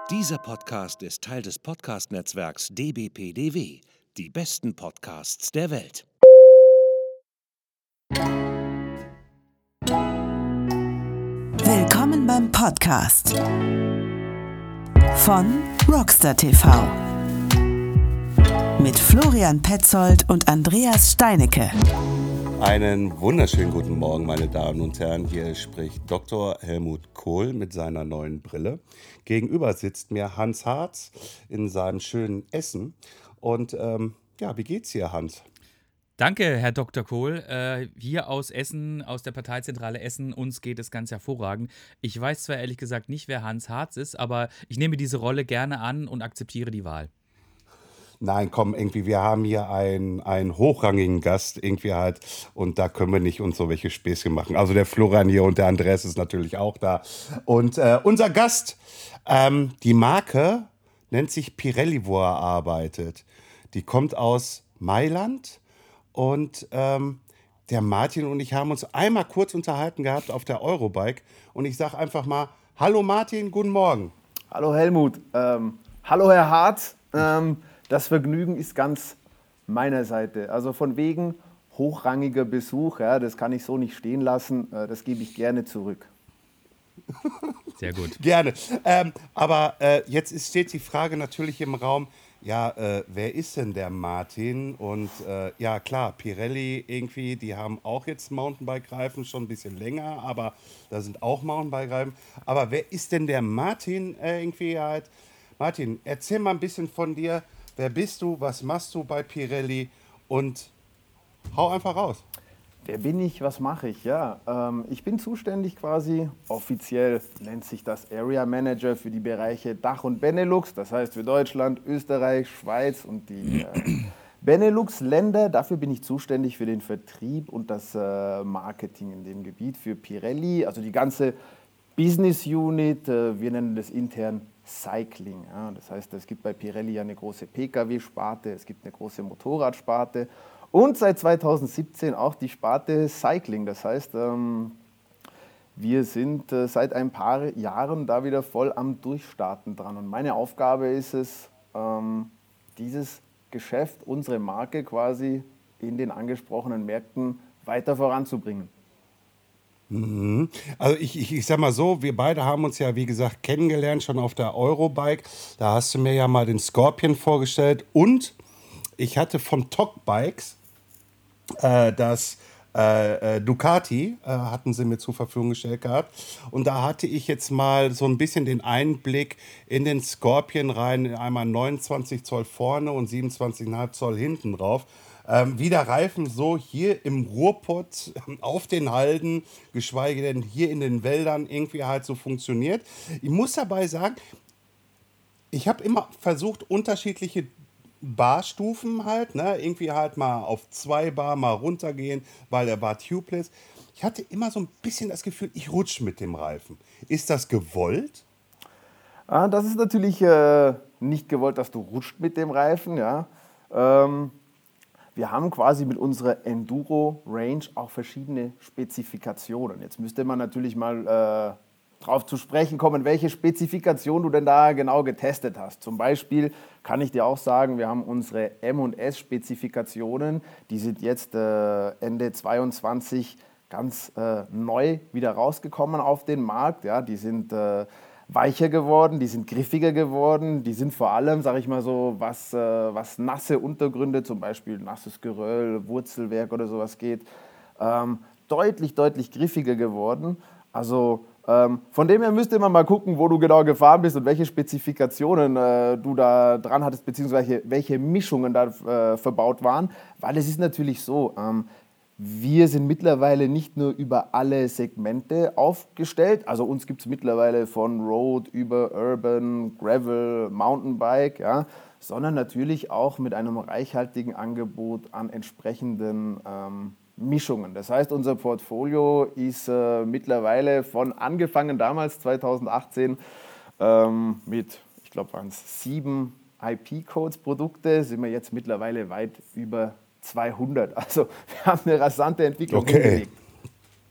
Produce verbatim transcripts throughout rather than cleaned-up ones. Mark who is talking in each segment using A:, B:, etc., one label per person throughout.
A: Dieser Podcast ist Teil des Podcast-Netzwerks D B P D W, die besten Podcasts der Welt.
B: Willkommen beim Podcast von Rockstar T V mit Florian Petzold und Andreas Steinecke.
C: Einen wunderschönen guten Morgen, meine Damen und Herren. Hier spricht Doktor Helmut Kohl mit seiner neuen Brille. Gegenüber sitzt mir Hans Harz in seinem schönen Essen. Und ähm, ja, wie geht's hier, Hans?
D: Danke, Herr Doktor Kohl. Äh, hier aus Essen, aus der Parteizentrale Essen, uns geht es ganz hervorragend. Ich weiß zwar ehrlich gesagt nicht, wer Hans Harz ist, aber ich nehme diese Rolle gerne an und akzeptiere die Wahl.
C: Nein, komm, irgendwie, wir haben hier einen, einen hochrangigen Gast irgendwie halt und da können wir nicht uns so welche Späßchen machen. Also der Florian hier und der Andreas ist natürlich auch da. Und äh, unser Gast, ähm, die Marke nennt sich Pirelli, wo er arbeitet. Die kommt aus Mailand und ähm, der Martin und ich haben uns einmal kurz unterhalten gehabt auf der Eurobike und ich sage einfach mal, hallo Martin, guten Morgen.
E: Hallo Helmut, ähm, hallo Herr Harz. Ähm, Das Vergnügen ist ganz meiner Seite. Also von wegen hochrangiger Besuch, ja, das kann ich so nicht stehen lassen. Das gebe ich gerne zurück.
D: Sehr gut.
C: Gerne. Ähm, aber äh, jetzt ist, steht die Frage natürlich im Raum, ja, äh, wer ist denn der Martin? Und äh, ja, klar, Pirelli irgendwie, die haben auch jetzt Mountainbike-Reifen, schon ein bisschen länger, aber da sind auch Mountainbike-Reifen. Aber wer ist denn der Martin äh, irgendwie halt? Martin, erzähl mal ein bisschen von dir. Wer bist du? Was machst du bei Pirelli? Und hau einfach raus.
E: Wer bin ich? Was mache ich? Ja, ähm, ich bin zuständig quasi, offiziell nennt sich das Area Manager für die Bereiche Dach und Benelux. Das heißt für Deutschland, Österreich, Schweiz und die äh, Benelux-Länder. Dafür bin ich zuständig für den Vertrieb und das äh, Marketing in dem Gebiet für Pirelli. Also die ganze Business Unit, äh, wir nennen das intern Cycling. Ja. Das heißt, es gibt bei Pirelli eine große P K W-Sparte, es gibt eine große Motorradsparte und seit zweitausendsiebzehn auch die Sparte Cycling. Das heißt, ähm, wir sind äh, seit ein paar Jahren da wieder voll am Durchstarten dran. Und meine Aufgabe ist es, ähm, dieses Geschäft, unsere Marke quasi in den angesprochenen Märkten weiter voranzubringen.
C: Mhm. Also ich, ich, ich sag mal so, wir beide haben uns ja, wie gesagt, kennengelernt schon auf der Eurobike. Da hast du mir ja mal den Scorpion vorgestellt und ich hatte von T O C Bikes äh, das äh, äh, Ducati, äh, hatten sie mir zur Verfügung gestellt gehabt. Und da hatte ich jetzt mal so ein bisschen den Einblick in den Scorpion rein, einmal neunundzwanzig Zoll vorne und siebenundzwanzig Komma fünf Zoll hinten drauf. Ähm, wie der Reifen so hier im Ruhrpott auf den Halden, geschweige denn hier in den Wäldern irgendwie halt so funktioniert. Ich muss dabei sagen, ich habe immer versucht, unterschiedliche Barstufen halt, ne, irgendwie halt mal auf zwei Bar mal runtergehen, weil er war tubeless. Ich hatte immer so ein bisschen das Gefühl, ich rutsche mit dem Reifen. Ist das gewollt?
E: Ah, das ist natürlich äh, nicht gewollt, dass du rutscht mit dem Reifen. Ja. Ähm, Wir haben quasi mit unserer Enduro-Range auch verschiedene Spezifikationen. Jetzt müsste man natürlich mal äh, darauf zu sprechen kommen, welche Spezifikation du denn da genau getestet hast. Zum Beispiel kann ich dir auch sagen, wir haben unsere M und S-Spezifikationen, die sind jetzt äh, Ende zweiundzwanzig ganz äh, neu wieder rausgekommen auf den Markt. Ja, die sind äh, weicher geworden, die sind griffiger geworden, die sind vor allem, sage ich mal so, was, äh, was nasse Untergründe, zum Beispiel nasses Geröll, Wurzelwerk oder sowas geht, ähm, deutlich, deutlich griffiger geworden. Also ähm, von dem her müsste man mal gucken, wo du genau gefahren bist und welche Spezifikationen äh, du da dran hattest, beziehungsweise welche Mischungen da äh, verbaut waren, weil es ist natürlich so, ähm, wir sind mittlerweile nicht nur über alle Segmente aufgestellt, also uns gibt es mittlerweile von Road über Urban, Gravel, Mountainbike, ja, sondern natürlich auch mit einem reichhaltigen Angebot an entsprechenden ähm, Mischungen. Das heißt, unser Portfolio ist äh, mittlerweile von angefangen damals zweitausendachtzehn ähm, mit, ich glaube, waren es sieben I P-Codes Produkte, sind wir jetzt mittlerweile weit über zweihundert. Also wir haben eine rasante Entwicklung
C: Okay.
E: hingelegt.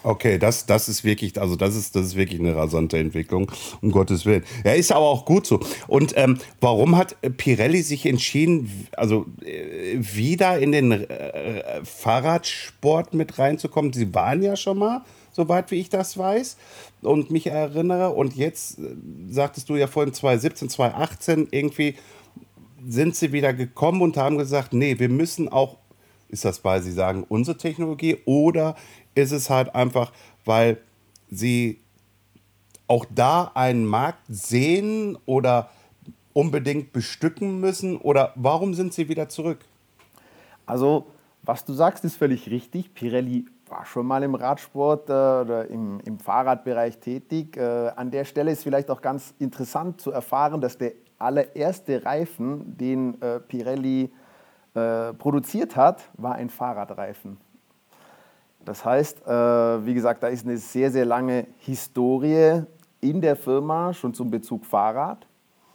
C: Okay, das, das ist wirklich, also das ist, das ist wirklich eine rasante Entwicklung, um Gottes Willen. Ja, ist aber auch gut so. Und ähm, warum hat Pirelli sich entschieden, also äh, wieder in den äh, Fahrradsport mit reinzukommen? Sie waren ja schon mal, soweit wie ich das weiß und mich erinnere. Und jetzt, äh, sagtest du ja vorhin zwanzig siebzehn, zwanzig achtzehn, irgendwie sind sie wieder gekommen und haben gesagt, nee, wir müssen auch, ist das, weil sie sagen, unsere Technologie, oder ist es halt einfach, weil sie auch da einen Markt sehen oder unbedingt bestücken müssen? Oder warum sind sie wieder zurück?
E: Also, was du sagst, ist völlig richtig. Pirelli war schon mal im Radsport äh, oder im, im Fahrradbereich tätig. Äh, an der Stelle ist vielleicht auch ganz interessant zu erfahren, dass der allererste Reifen, den äh, Pirelli äh, produziert hat, war ein Fahrradreifen. Das heißt, äh, wie gesagt, da ist eine sehr, sehr lange Historie in der Firma, schon zum Bezug Fahrrad.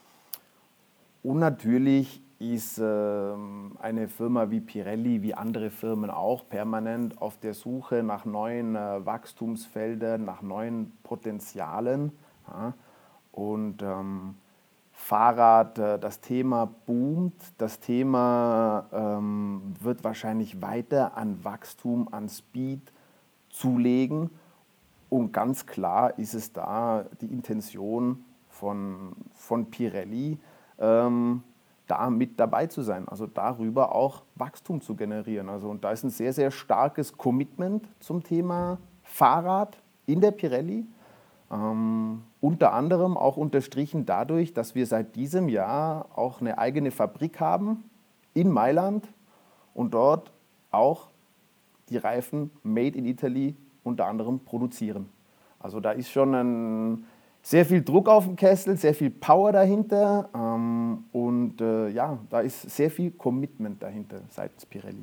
E: Und natürlich ist ähm, eine Firma wie Pirelli, wie andere Firmen auch, permanent auf der Suche nach neuen äh, Wachstumsfeldern, nach neuen Potenzialen. Ja. Und ähm, Fahrrad, äh, das Thema boomt, das Thema ähm, wird wahrscheinlich weiter an Wachstum, an Speed zulegen. Und ganz klar ist es da die Intention von, von Pirelli, ähm, da mit dabei zu sein, also darüber auch Wachstum zu generieren. Also, und da ist ein sehr, sehr starkes Commitment zum Thema Fahrrad in der Pirelli. Ähm, unter anderem auch unterstrichen dadurch, dass wir seit diesem Jahr auch eine eigene Fabrik haben in Mailand und dort auch die Reifen made in Italy unter anderem produzieren. Also da ist schon ein sehr viel Druck auf dem Kessel, sehr viel Power dahinter ähm, und äh, ja, da ist sehr viel Commitment dahinter seitens Pirelli.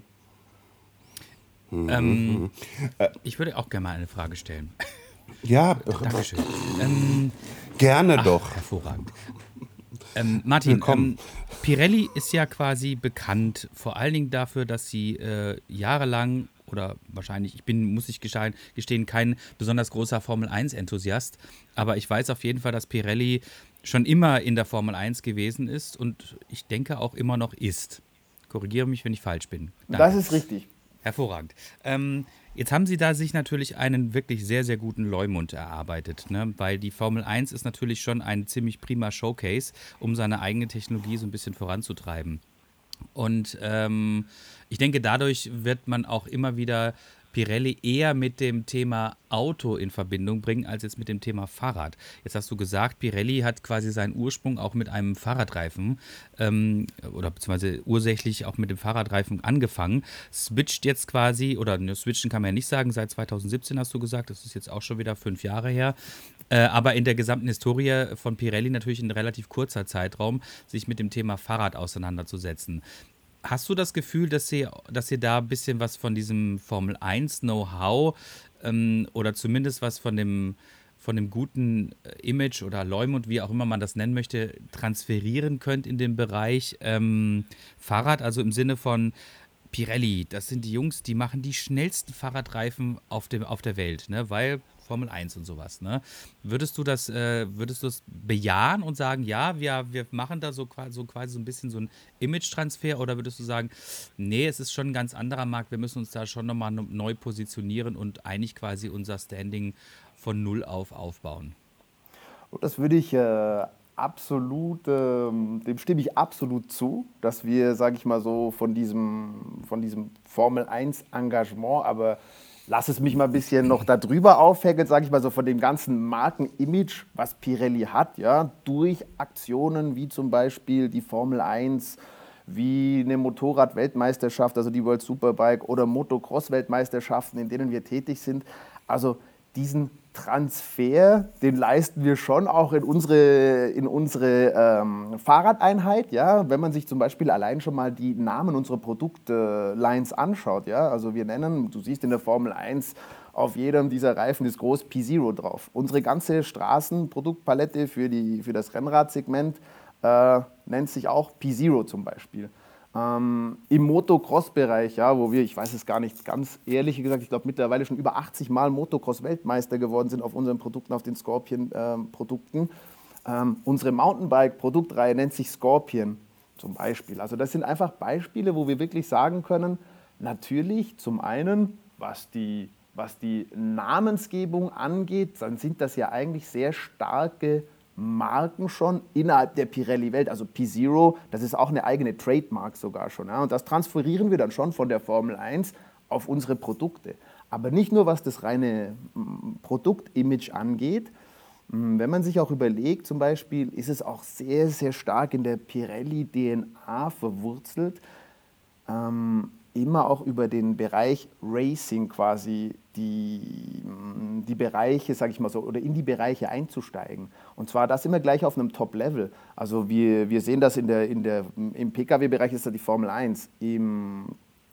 D: Ähm, ich würde auch gerne mal eine Frage stellen.
C: Ja,
D: Dankeschön. Ähm,
C: gerne
D: ach,
C: doch.
D: Hervorragend. Ähm, Martin,
C: Willkommen.
D: ähm, Pirelli ist ja quasi bekannt, vor allen Dingen dafür, dass sie äh, jahrelang oder wahrscheinlich, ich bin, muss ich gestehen, gestehen kein besonders großer Formel eins Enthusiast, aber ich weiß auf jeden Fall, dass Pirelli schon immer in der Formel eins gewesen ist und ich denke auch immer noch ist. Korrigiere mich, wenn ich falsch bin. Danke.
E: Das ist richtig.
D: Hervorragend. Ähm, jetzt haben Sie da sich natürlich einen wirklich sehr, sehr guten Leumund erarbeitet, ne? Weil die Formel eins ist natürlich schon ein ziemlich prima Showcase, um seine eigene Technologie so ein bisschen voranzutreiben. Und ähm, ich denke, dadurch wird man auch immer wieder Pirelli eher mit dem Thema Auto in Verbindung bringen, als jetzt mit dem Thema Fahrrad. Jetzt hast du gesagt, Pirelli hat quasi seinen Ursprung auch mit einem Fahrradreifen ähm, oder beziehungsweise ursächlich auch mit dem Fahrradreifen angefangen. Switcht jetzt quasi, oder ne, switchen kann man ja nicht sagen, seit zwanzig siebzehn hast du gesagt, das ist jetzt auch schon wieder fünf Jahre her. Äh, aber in der gesamten Historie von Pirelli natürlich ein relativ kurzer Zeitraum, sich mit dem Thema Fahrrad auseinanderzusetzen. Hast du das Gefühl, dass ihr, dass ihr da ein bisschen was von diesem Formel eins Know-how ähm, oder zumindest was von dem, von dem guten Image oder Leumund, wie auch immer man das nennen möchte, transferieren könnt in den Bereich ähm, Fahrrad? Also im Sinne von Pirelli, das sind die Jungs, die machen die schnellsten Fahrradreifen auf, dem, auf der Welt, ne? Weil Formel eins und sowas. Ne? Würdest du das, äh, würdest du das bejahen und sagen, ja, wir, wir machen da so quasi, so quasi so ein bisschen so einen Image-Transfer, oder würdest du sagen, nee, es ist schon ein ganz anderer Markt, wir müssen uns da schon nochmal neu positionieren und eigentlich quasi unser Standing von null auf aufbauen?
E: Das würde ich äh, absolut, ähm, dem stimme ich absolut zu, dass wir, sage ich mal so, von diesem, von diesem Formel eins Engagement, aber lass es mich mal ein bisschen noch darüber aufhängen, sage ich mal so, von dem ganzen Markenimage, was Pirelli hat, ja, durch Aktionen wie zum Beispiel die Formel eins, wie eine Motorrad-Weltmeisterschaft, also die World Superbike oder Motocross-Weltmeisterschaften, in denen wir tätig sind. Also diesen Transfer, den leisten wir schon auch in unsere, in unsere ähm, Fahrradeinheit. Ja? Wenn man sich zum Beispiel allein schon mal die Namen unserer Produktlines anschaut. Ja? Also wir nennen, du siehst in der Formel eins, auf jedem dieser Reifen ist groß P Zero drauf. Unsere ganze Straßenproduktpalette für, die, für das Rennradsegment äh, nennt sich auch P Zero zum Beispiel. Ähm, Im Motocross-Bereich, ja, wo wir, ich weiß es gar nicht ganz ehrlich gesagt, ich glaube mittlerweile schon über achtzig Mal Motocross-Weltmeister geworden sind auf unseren Produkten, auf den Scorpion-Produkten. Ähm, unsere Mountainbike-Produktreihe nennt sich Scorpion zum Beispiel. Also das sind einfach Beispiele, wo wir wirklich sagen können, natürlich zum einen, was die, was die Namensgebung angeht, dann sind das ja eigentlich sehr starke Marken schon innerhalb der Pirelli-Welt. Also P Zero, das ist auch eine eigene Trademark sogar schon. Ja? Und das transferieren wir dann schon von der Formel eins auf unsere Produkte. Aber nicht nur, was das reine m, Produktimage angeht. Wenn man sich auch überlegt, zum Beispiel, ist es auch sehr, sehr stark in der Pirelli-D N A verwurzelt, ähm, immer auch über den Bereich Racing quasi die, die Bereiche, sage ich mal so, oder in die Bereiche einzusteigen. Und zwar das immer gleich auf einem Top-Level. Also wir, wir sehen das in der, in der, im P K W-Bereich ist das die Formel eins, im,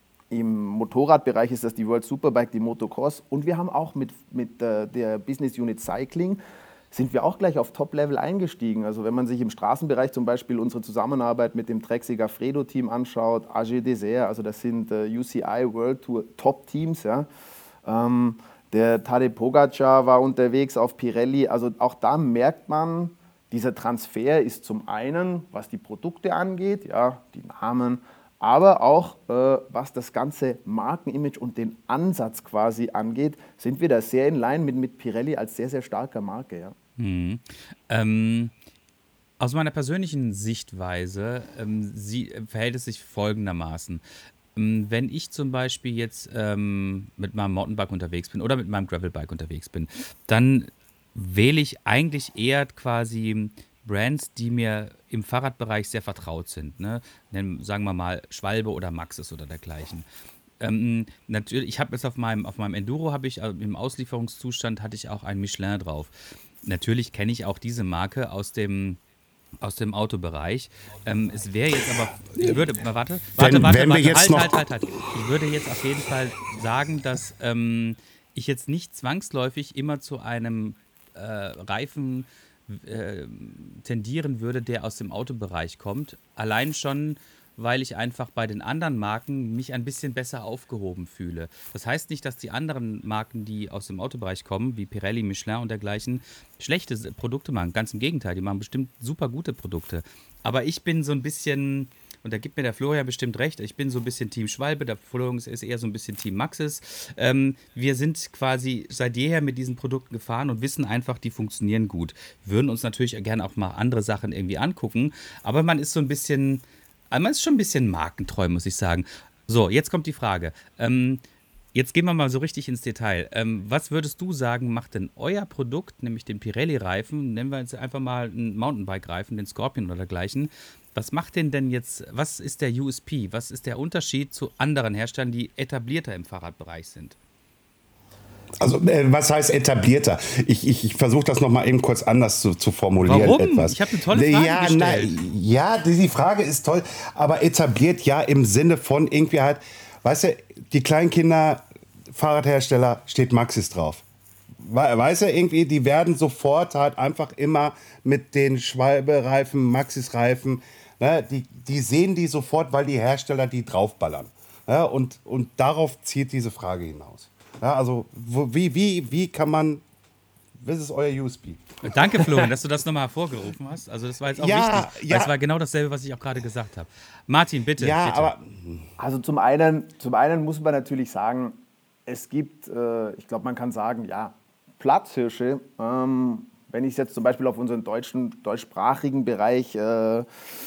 E: im Motorradbereich ist das die World Superbike, die Motocross und wir haben auch mit, mit äh, der Business Unit Cycling sind wir auch gleich auf Top-Level eingestiegen. Also wenn man sich im Straßenbereich zum Beispiel unsere Zusammenarbeit mit dem Trek Segafredo-Team anschaut, A G Dessert, also das sind äh, U C I World Tour Top-Teams. Ja. Ähm, der Tadej Pogacar war unterwegs auf Pirelli. Also auch da merkt man, dieser Transfer ist zum einen, was die Produkte angeht, ja, die Namen, aber auch äh, was das ganze Markenimage und den Ansatz quasi angeht, sind wir da sehr in Line mit, mit Pirelli als sehr, sehr starker Marke. Ja.
D: Mhm. Ähm, aus meiner persönlichen Sichtweise ähm, sie, verhält es sich folgendermaßen. Ähm, wenn ich zum Beispiel jetzt ähm, mit meinem Mountainbike unterwegs bin oder mit meinem Gravelbike unterwegs bin, dann wähle ich eigentlich eher quasi Brands, die mir im Fahrradbereich sehr vertraut sind. Ne? Nennen, sagen wir mal Schwalbe oder Maxxis oder dergleichen. Ähm, natürlich, ich habe jetzt auf meinem, auf meinem Enduro, habe ich äh, im Auslieferungszustand hatte ich auch ein Michelin drauf. Natürlich kenne ich auch diese Marke aus dem aus dem Autobereich. Ähm, es wäre jetzt aber, ich würde, warte, warte,
C: Wenn-
D: warte,
C: wenn wir
D: warte,
C: jetzt
D: halt,
C: noch-
D: halt, halt, halt. Ich würde jetzt auf jeden Fall sagen, dass ähm, ich jetzt nicht zwangsläufig immer zu einem äh, Reifen äh, tendieren würde, der aus dem Autobereich kommt. Allein schon, weil ich einfach bei den anderen Marken mich ein bisschen besser aufgehoben fühle. Das heißt nicht, dass die anderen Marken, die aus dem Autobereich kommen, wie Pirelli, Michelin und dergleichen, schlechte S- Produkte machen. Ganz im Gegenteil, die machen bestimmt super gute Produkte. Aber ich bin so ein bisschen, und da gibt mir der Florian bestimmt recht, ich bin so ein bisschen Team Schwalbe, der Florian ist eher so ein bisschen Team Maxxis. Ähm, wir sind quasi seit jeher mit diesen Produkten gefahren und wissen einfach, die funktionieren gut. Wir würden uns natürlich gerne auch mal andere Sachen irgendwie angucken, aber man ist so ein bisschen, also man ist schon ein bisschen markentreu, muss ich sagen. So, jetzt kommt die Frage. Ähm, jetzt gehen wir mal so richtig ins Detail. Ähm, was würdest du sagen, macht denn euer Produkt, nämlich den Pirelli-Reifen, nennen wir jetzt einfach mal einen Mountainbike-Reifen, den Scorpion oder dergleichen, was macht den denn jetzt, was ist der U S P, was ist der Unterschied zu anderen Herstellern, die etablierter im Fahrradbereich sind?
C: Also, äh, was heißt etablierter? Ich, ich, ich versuche das nochmal eben kurz anders zu, zu formulieren.
D: Warum?
C: Etwas.
D: Ich habe eine tolle Frage
C: ja,
D: gestellt.
C: Na, ja, die die Frage ist toll, aber etabliert ja im Sinne von irgendwie halt, weißt du, die Kleinkinder, Fahrradhersteller, steht Maxxis drauf. We- Weißt du, irgendwie, die werden sofort halt einfach immer mit den Schwalbe-Reifen, Maxxis-Reifen, ne, die, die sehen die sofort, weil die Hersteller die draufballern. Ja, und, und darauf zielt diese Frage hinaus. Ja, also wo, wie, wie, wie kann man, was ist euer U S P?
D: Danke, Florian, dass du das nochmal hervorgerufen hast. Also das war jetzt auch
C: Ja,
D: wichtig,
C: ja.
D: weil es war genau dasselbe, was ich auch gerade gesagt habe. Martin, bitte.
C: Ja,
D: bitte.
C: aber
E: Also zum einen, zum einen muss man natürlich sagen, es gibt, äh, ich glaube, man kann sagen, ja, Platzhirsche. Ähm, wenn ich es jetzt zum Beispiel auf unseren deutschen, deutschsprachigen Bereich, äh,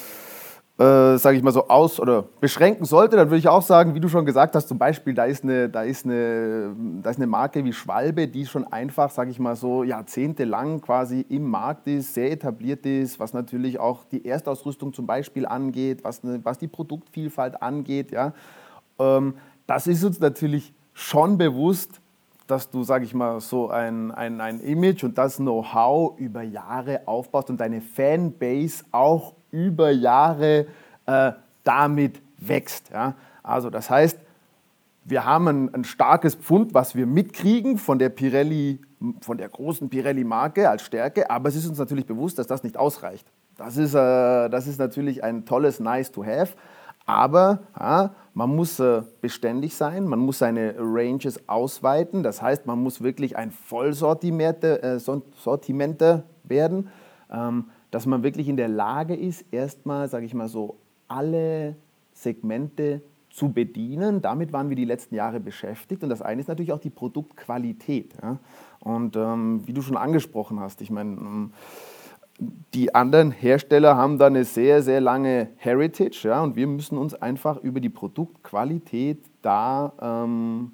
E: äh, sage ich mal so, aus- oder beschränken sollte, dann würde ich auch sagen, wie du schon gesagt hast, zum Beispiel, da ist eine, da ist eine, da ist eine Marke wie Schwalbe, die schon einfach, sage ich mal so, jahrzehntelang quasi im Markt ist, sehr etabliert ist, was natürlich auch die Erstausrüstung zum Beispiel angeht, was, eine, was die Produktvielfalt angeht. Ja. Ähm, das ist uns natürlich schon bewusst, dass du, sag ich mal, so ein, ein, ein Image und das Know-how über Jahre aufbaust und deine Fanbase auch über Jahre äh, damit wächst. Ja? Also das heißt, wir haben ein, ein starkes Pfund, was wir mitkriegen von der Pirelli, von der großen Pirelli-Marke als Stärke, aber es ist uns natürlich bewusst, dass das nicht ausreicht. Das ist, äh, das ist natürlich ein tolles Nice to have, Aber ja, man muss äh, beständig sein, man muss seine Ranges ausweiten. Das heißt, man muss wirklich ein Vollsortimenter äh, Sortimenter werden, ähm, dass man wirklich in der Lage ist, erstmal, sage ich mal so, alle Segmente zu bedienen. Damit waren wir die letzten Jahre beschäftigt. Und das eine ist natürlich auch die Produktqualität. Ja? Und ähm, wie du schon angesprochen hast, ich meine, ähm, die anderen Hersteller haben da eine sehr, sehr lange Heritage, ja, und wir müssen uns einfach über die Produktqualität da ähm,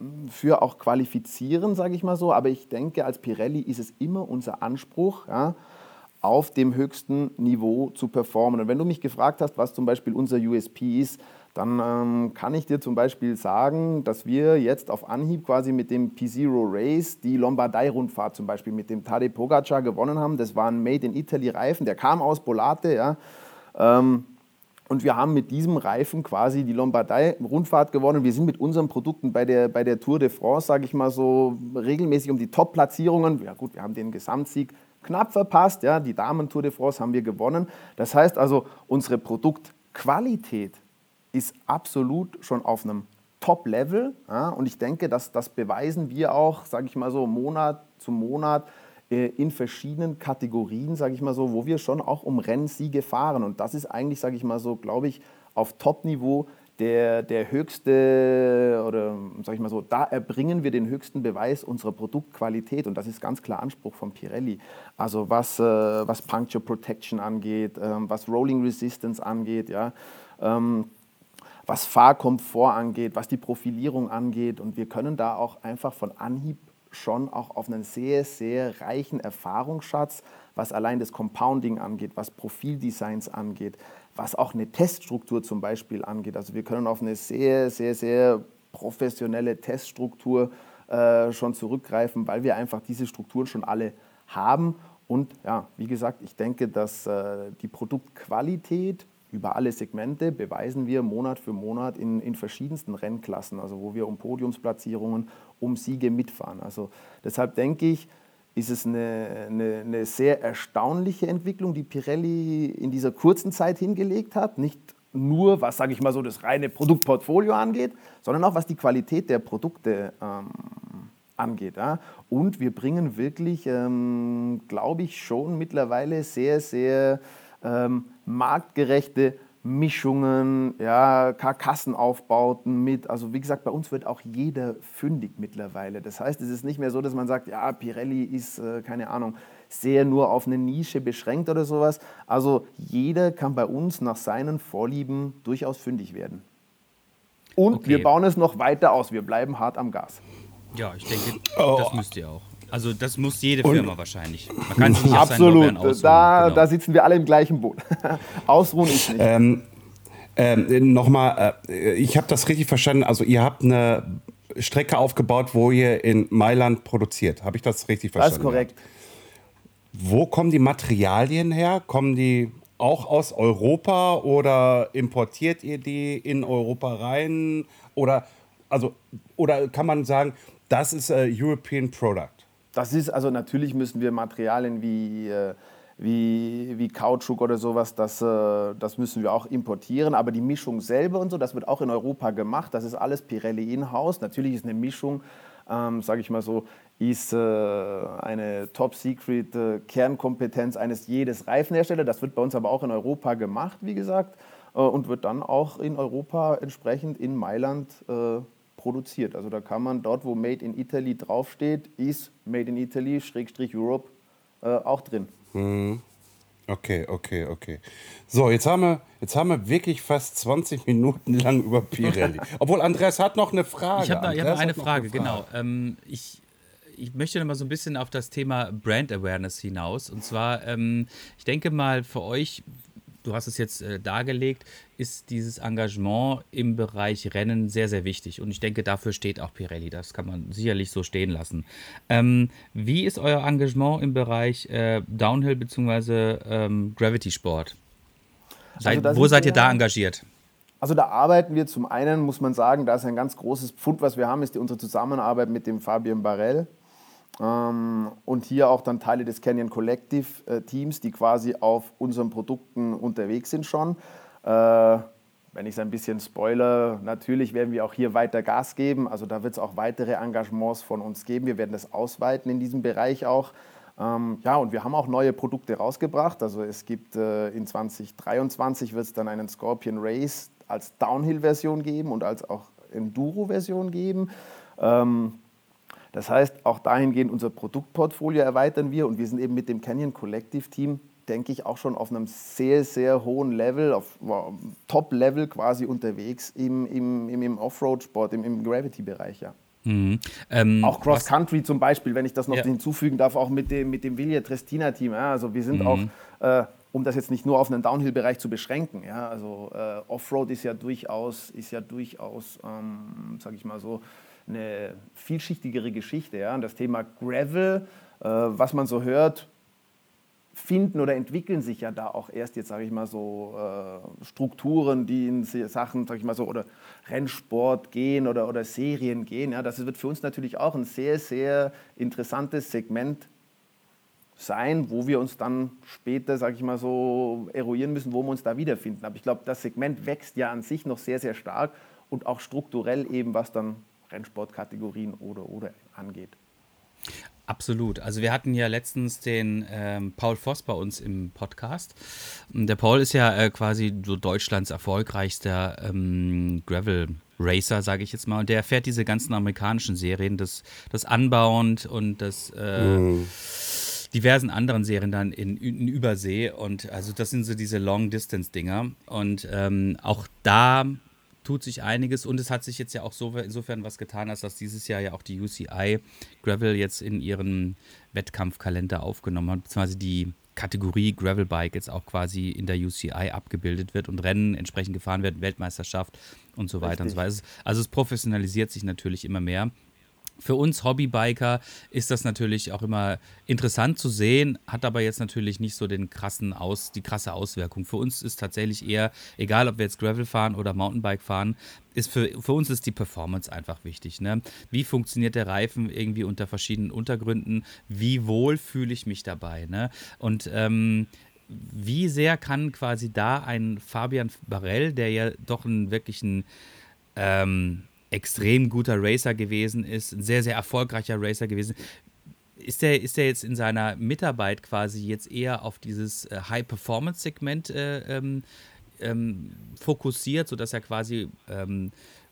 E: für auch qualifizieren, sage ich mal so. Aber ich denke, als Pirelli ist es immer unser Anspruch, ja, auf dem höchsten Niveau zu performen. Und wenn du mich gefragt hast, was zum Beispiel unser U S P ist, dann ähm, kann ich dir zum Beispiel sagen, dass wir jetzt auf Anhieb quasi mit dem P Zero Race die Lombardei-Rundfahrt zum Beispiel mit dem Tadej Pogacar gewonnen haben. Das war ein Made-in-Italy-Reifen, der kam aus Bollate, ja. Ähm, und wir haben mit diesem Reifen quasi die Lombardei-Rundfahrt gewonnen. Wir sind mit unseren Produkten bei der, bei der Tour de France, sage ich mal so, regelmäßig um die Top-Platzierungen. Ja gut, wir haben den Gesamtsieg knapp verpasst, ja. Die Damen-Tour de France haben wir gewonnen. Das heißt also, unsere Produktqualität ist absolut schon auf einem Top-Level. Ja, und ich denke, dass, das beweisen wir auch, sage ich mal so, Monat zu Monat äh, in verschiedenen Kategorien, sage ich mal so, wo wir schon auch um Rennsiege fahren. Und das ist eigentlich, sage ich mal so, glaube ich, auf Top-Niveau der, der höchste, oder sage ich mal so, da erbringen wir den höchsten Beweis unserer Produktqualität. Und das ist ganz klar Anspruch von Pirelli. Also was, äh, was Puncture Protection angeht, äh, was Rolling Resistance angeht, ja, ähm, was Fahrkomfort angeht, was die Profilierung angeht. Und wir können da auch einfach von Anhieb schon auch auf einen sehr, sehr reichen Erfahrungsschatz, was allein das Compounding angeht, was Profildesigns angeht, was auch eine Teststruktur zum Beispiel angeht. Also wir können auf eine sehr, sehr, sehr professionelle Teststruktur äh, schon zurückgreifen, weil wir einfach diese Strukturen schon alle haben. Und ja, wie gesagt, ich denke, dass äh, die Produktqualität über alle Segmente beweisen wir Monat für Monat in, in verschiedensten Rennklassen, also wo wir um Podiumsplatzierungen, um Siege mitfahren. Also deshalb denke ich, ist es eine, eine, eine sehr erstaunliche Entwicklung, die Pirelli in dieser kurzen Zeit hingelegt hat. Nicht nur, was, sage ich mal so, das reine Produktportfolio angeht, sondern auch, was die Qualität der Produkte ähm, angeht. Ja. Und wir bringen wirklich, ähm, glaube ich, schon mittlerweile sehr, sehr ähm, marktgerechte Mischungen, ja, Karkassenaufbauten mit. Also wie gesagt, bei uns wird auch jeder fündig mittlerweile. Das heißt, es ist nicht mehr so, dass man sagt, ja, Pirelli ist, äh, keine Ahnung, sehr nur auf eine Nische beschränkt oder sowas. Also jeder kann bei uns nach seinen Vorlieben durchaus fündig werden. Und
D: Okay.
E: wir bauen es noch weiter aus. Wir bleiben hart am Gas.
D: Ja, ich denke,
C: Oh.
D: das müsst ihr auch. Also das muss jede
C: Und-
D: Firma wahrscheinlich. Man kann sich nicht auf seinen Lorbeeren
E: Absolut,
D: ausruhen.
E: da,
D: Genau.
E: da sitzen wir alle im gleichen Boot. Ausruhen ist nicht.
C: Ähm, ähm, Nochmal, äh, ich habe das richtig verstanden. Also ihr habt eine Strecke aufgebaut, wo ihr in Mailand produziert. Habe ich das richtig
E: Das
C: verstanden?
E: ist korrekt.
C: Wo kommen die Materialien her? Kommen die auch aus Europa oder importiert ihr die in Europa rein? Oder, also, oder kann man sagen, das ist a European Product?
E: Das ist, also natürlich müssen wir Materialien wie, äh, wie, wie Kautschuk oder sowas, das, äh, das müssen wir auch importieren. Aber die Mischung selber und so, das wird auch in Europa gemacht. Das ist alles Pirelli in-house. Natürlich ist eine Mischung, ähm, sage ich mal so, ist äh, eine Top-Secret-Kernkompetenz eines jedes Reifenherstellers. Das wird bei uns aber auch in Europa gemacht, wie gesagt, äh, und wird dann auch in Europa entsprechend in Mailand äh, produziert. Also da kann man dort, wo Made in Italy draufsteht, ist Made in Italy, Schrägstrich Europe, äh, auch drin.
C: Okay, okay, okay. So, jetzt haben wir, jetzt haben wir wirklich fast zwanzig Minuten lang über Pirelli. Obwohl, Andreas hat noch eine Frage.
D: Ich habe noch, ich hab
C: Andreas
D: noch eine
C: hat
D: Frage, genau. Ähm, ich, ich möchte noch mal so ein bisschen auf das Thema Brand Awareness hinaus. Und zwar, ähm, ich denke mal, für euch, du hast es jetzt äh, dargelegt, ist dieses Engagement im Bereich Rennen sehr, sehr wichtig. Und ich denke, dafür steht auch Pirelli. Das kann man sicherlich so stehen lassen. Ähm, wie ist euer Engagement im Bereich äh, Downhill bzw. Ähm, Gravity Sport? Seid,
E: da
D: wo
E: sind
D: seid ihr
E: wir-
D: da engagiert?
E: Also da arbeiten wir zum einen, muss man sagen, da ist ein ganz großes Pfund, was wir haben, ist die, unsere Zusammenarbeit mit dem Fabien Barel. Ähm, und hier auch dann Teile des Canyon Collective äh, Teams, die quasi auf unseren Produkten unterwegs sind schon. Äh, wenn ich es ein bisschen spoiler, natürlich werden wir auch hier weiter Gas geben. Also da wird es auch weitere Engagements von uns geben. Wir werden das ausweiten in diesem Bereich auch. Ähm, ja, und wir haben auch neue Produkte rausgebracht. Also es gibt äh, in zwanzig dreiundzwanzig wird es dann einen Scorpion Race als Downhill-Version geben und als auch Enduro-Version geben. Ähm, das heißt, auch dahingehend unser Produktportfolio erweitern wir und wir sind eben mit dem Canyon Collective Team, denke ich, auch schon auf einem sehr, sehr hohen Level, auf wow, Top-Level quasi unterwegs im, im, im, im Offroad-Sport, im, im Gravity-Bereich, ja.
D: Mhm. Ähm,
E: Auch Cross-Country zum Beispiel, wenn ich das noch
D: Ja.
E: hinzufügen darf, auch mit dem, mit dem Villiers-Trestina-Team. Ja, also wir sind
D: Mhm.
E: auch, äh, um das jetzt nicht nur auf einen Downhill-Bereich zu beschränken, ja, also äh, Offroad ist ja durchaus, ist ja durchaus ähm, sage ich mal so, eine vielschichtigere Geschichte. Ja. Und das Thema Gravel, äh, was man so hört, finden oder entwickeln sich ja da auch erst jetzt, sage ich mal so, äh, Strukturen, die in Sachen, sage ich mal so, oder Rennsport gehen oder, oder Serien gehen. Ja, das wird für uns natürlich auch ein sehr, sehr interessantes Segment sein, wo wir uns dann später, sage ich mal so, eruieren müssen, wo wir uns da wiederfinden. Aber ich glaube, das Segment wächst ja an sich noch sehr, sehr stark und auch strukturell eben, was dann Rennsportkategorien oder, oder angeht.
D: Absolut. Also wir hatten ja letztens den ähm, Paul Voss bei uns im Podcast. Der Paul ist ja äh, quasi so Deutschlands erfolgreichster ähm, Gravel-Racer, sage ich jetzt mal. Und der fährt diese ganzen amerikanischen Serien, das, das Unbound und das äh, mm. diversen anderen Serien dann in, in Übersee. Und also das sind so diese Long-Distance-Dinger. Und ähm, auch da tut sich einiges und es hat sich jetzt ja auch so insofern was getan, als dass dieses Jahr ja auch die U C I Gravel jetzt in ihren Wettkampfkalender aufgenommen hat, beziehungsweise die Kategorie Gravelbike jetzt auch quasi in der U C I abgebildet wird und Rennen entsprechend gefahren werden, Weltmeisterschaft und so weiter Richtig. und so weiter. Also es professionalisiert sich natürlich immer mehr. Für uns Hobbybiker ist das natürlich auch immer interessant zu sehen, hat aber jetzt natürlich nicht so den krassen Aus, die krasse Auswirkung. Für uns ist tatsächlich eher, egal ob wir jetzt Gravel fahren oder Mountainbike fahren, ist für, für uns ist die Performance einfach wichtig. Ne? Wie funktioniert der Reifen irgendwie unter verschiedenen Untergründen? Wie wohl fühle ich mich dabei? Ne? Und ähm, wie sehr kann quasi da ein Fabian Barell, der ja doch einen wirklichen ähm, extrem guter Racer gewesen ist, ein sehr, sehr erfolgreicher Racer gewesen. Ist der, ist der jetzt in seiner Mitarbeit quasi jetzt eher auf dieses äh, High-Performance-Segment äh, ähm, ähm, fokussiert, sodass er quasi ähm,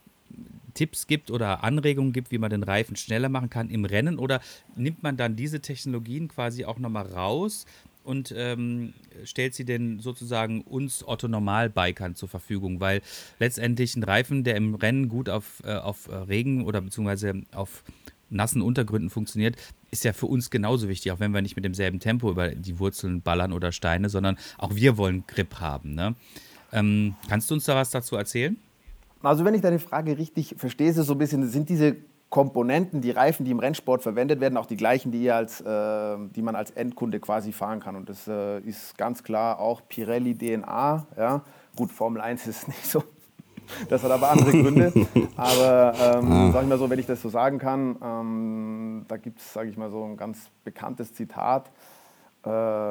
D: Tipps gibt oder Anregungen gibt, wie man den Reifen schneller machen kann im Rennen? Oder nimmt man dann diese Technologien quasi auch nochmal raus und ähm, stellt sie denn sozusagen uns Otto-Normal-Bikern zur Verfügung? Weil letztendlich ein Reifen, der im Rennen gut auf, äh, auf Regen oder beziehungsweise auf nassen Untergründen funktioniert, ist ja für uns genauso wichtig, auch wenn wir nicht mit demselben Tempo über die Wurzeln ballern oder Steine, sondern auch wir wollen Grip haben. Ne? Ähm, kannst du uns da was dazu erzählen?
E: Also wenn ich deine Frage richtig verstehe, ist es so ein bisschen, sind diese Komponenten, die Reifen, die im Rennsport verwendet werden, auch die gleichen, die, ihr als, äh, die man als Endkunde quasi fahren kann. Und das äh, ist ganz klar auch Pirelli D N A. Ja? Gut, Formel eins ist nicht so, das hat aber andere Gründe. Aber ähm, sag ich mal so, wenn ich das so sagen kann, ähm, da gibt es, sage ich mal so, ein ganz bekanntes Zitat. Äh,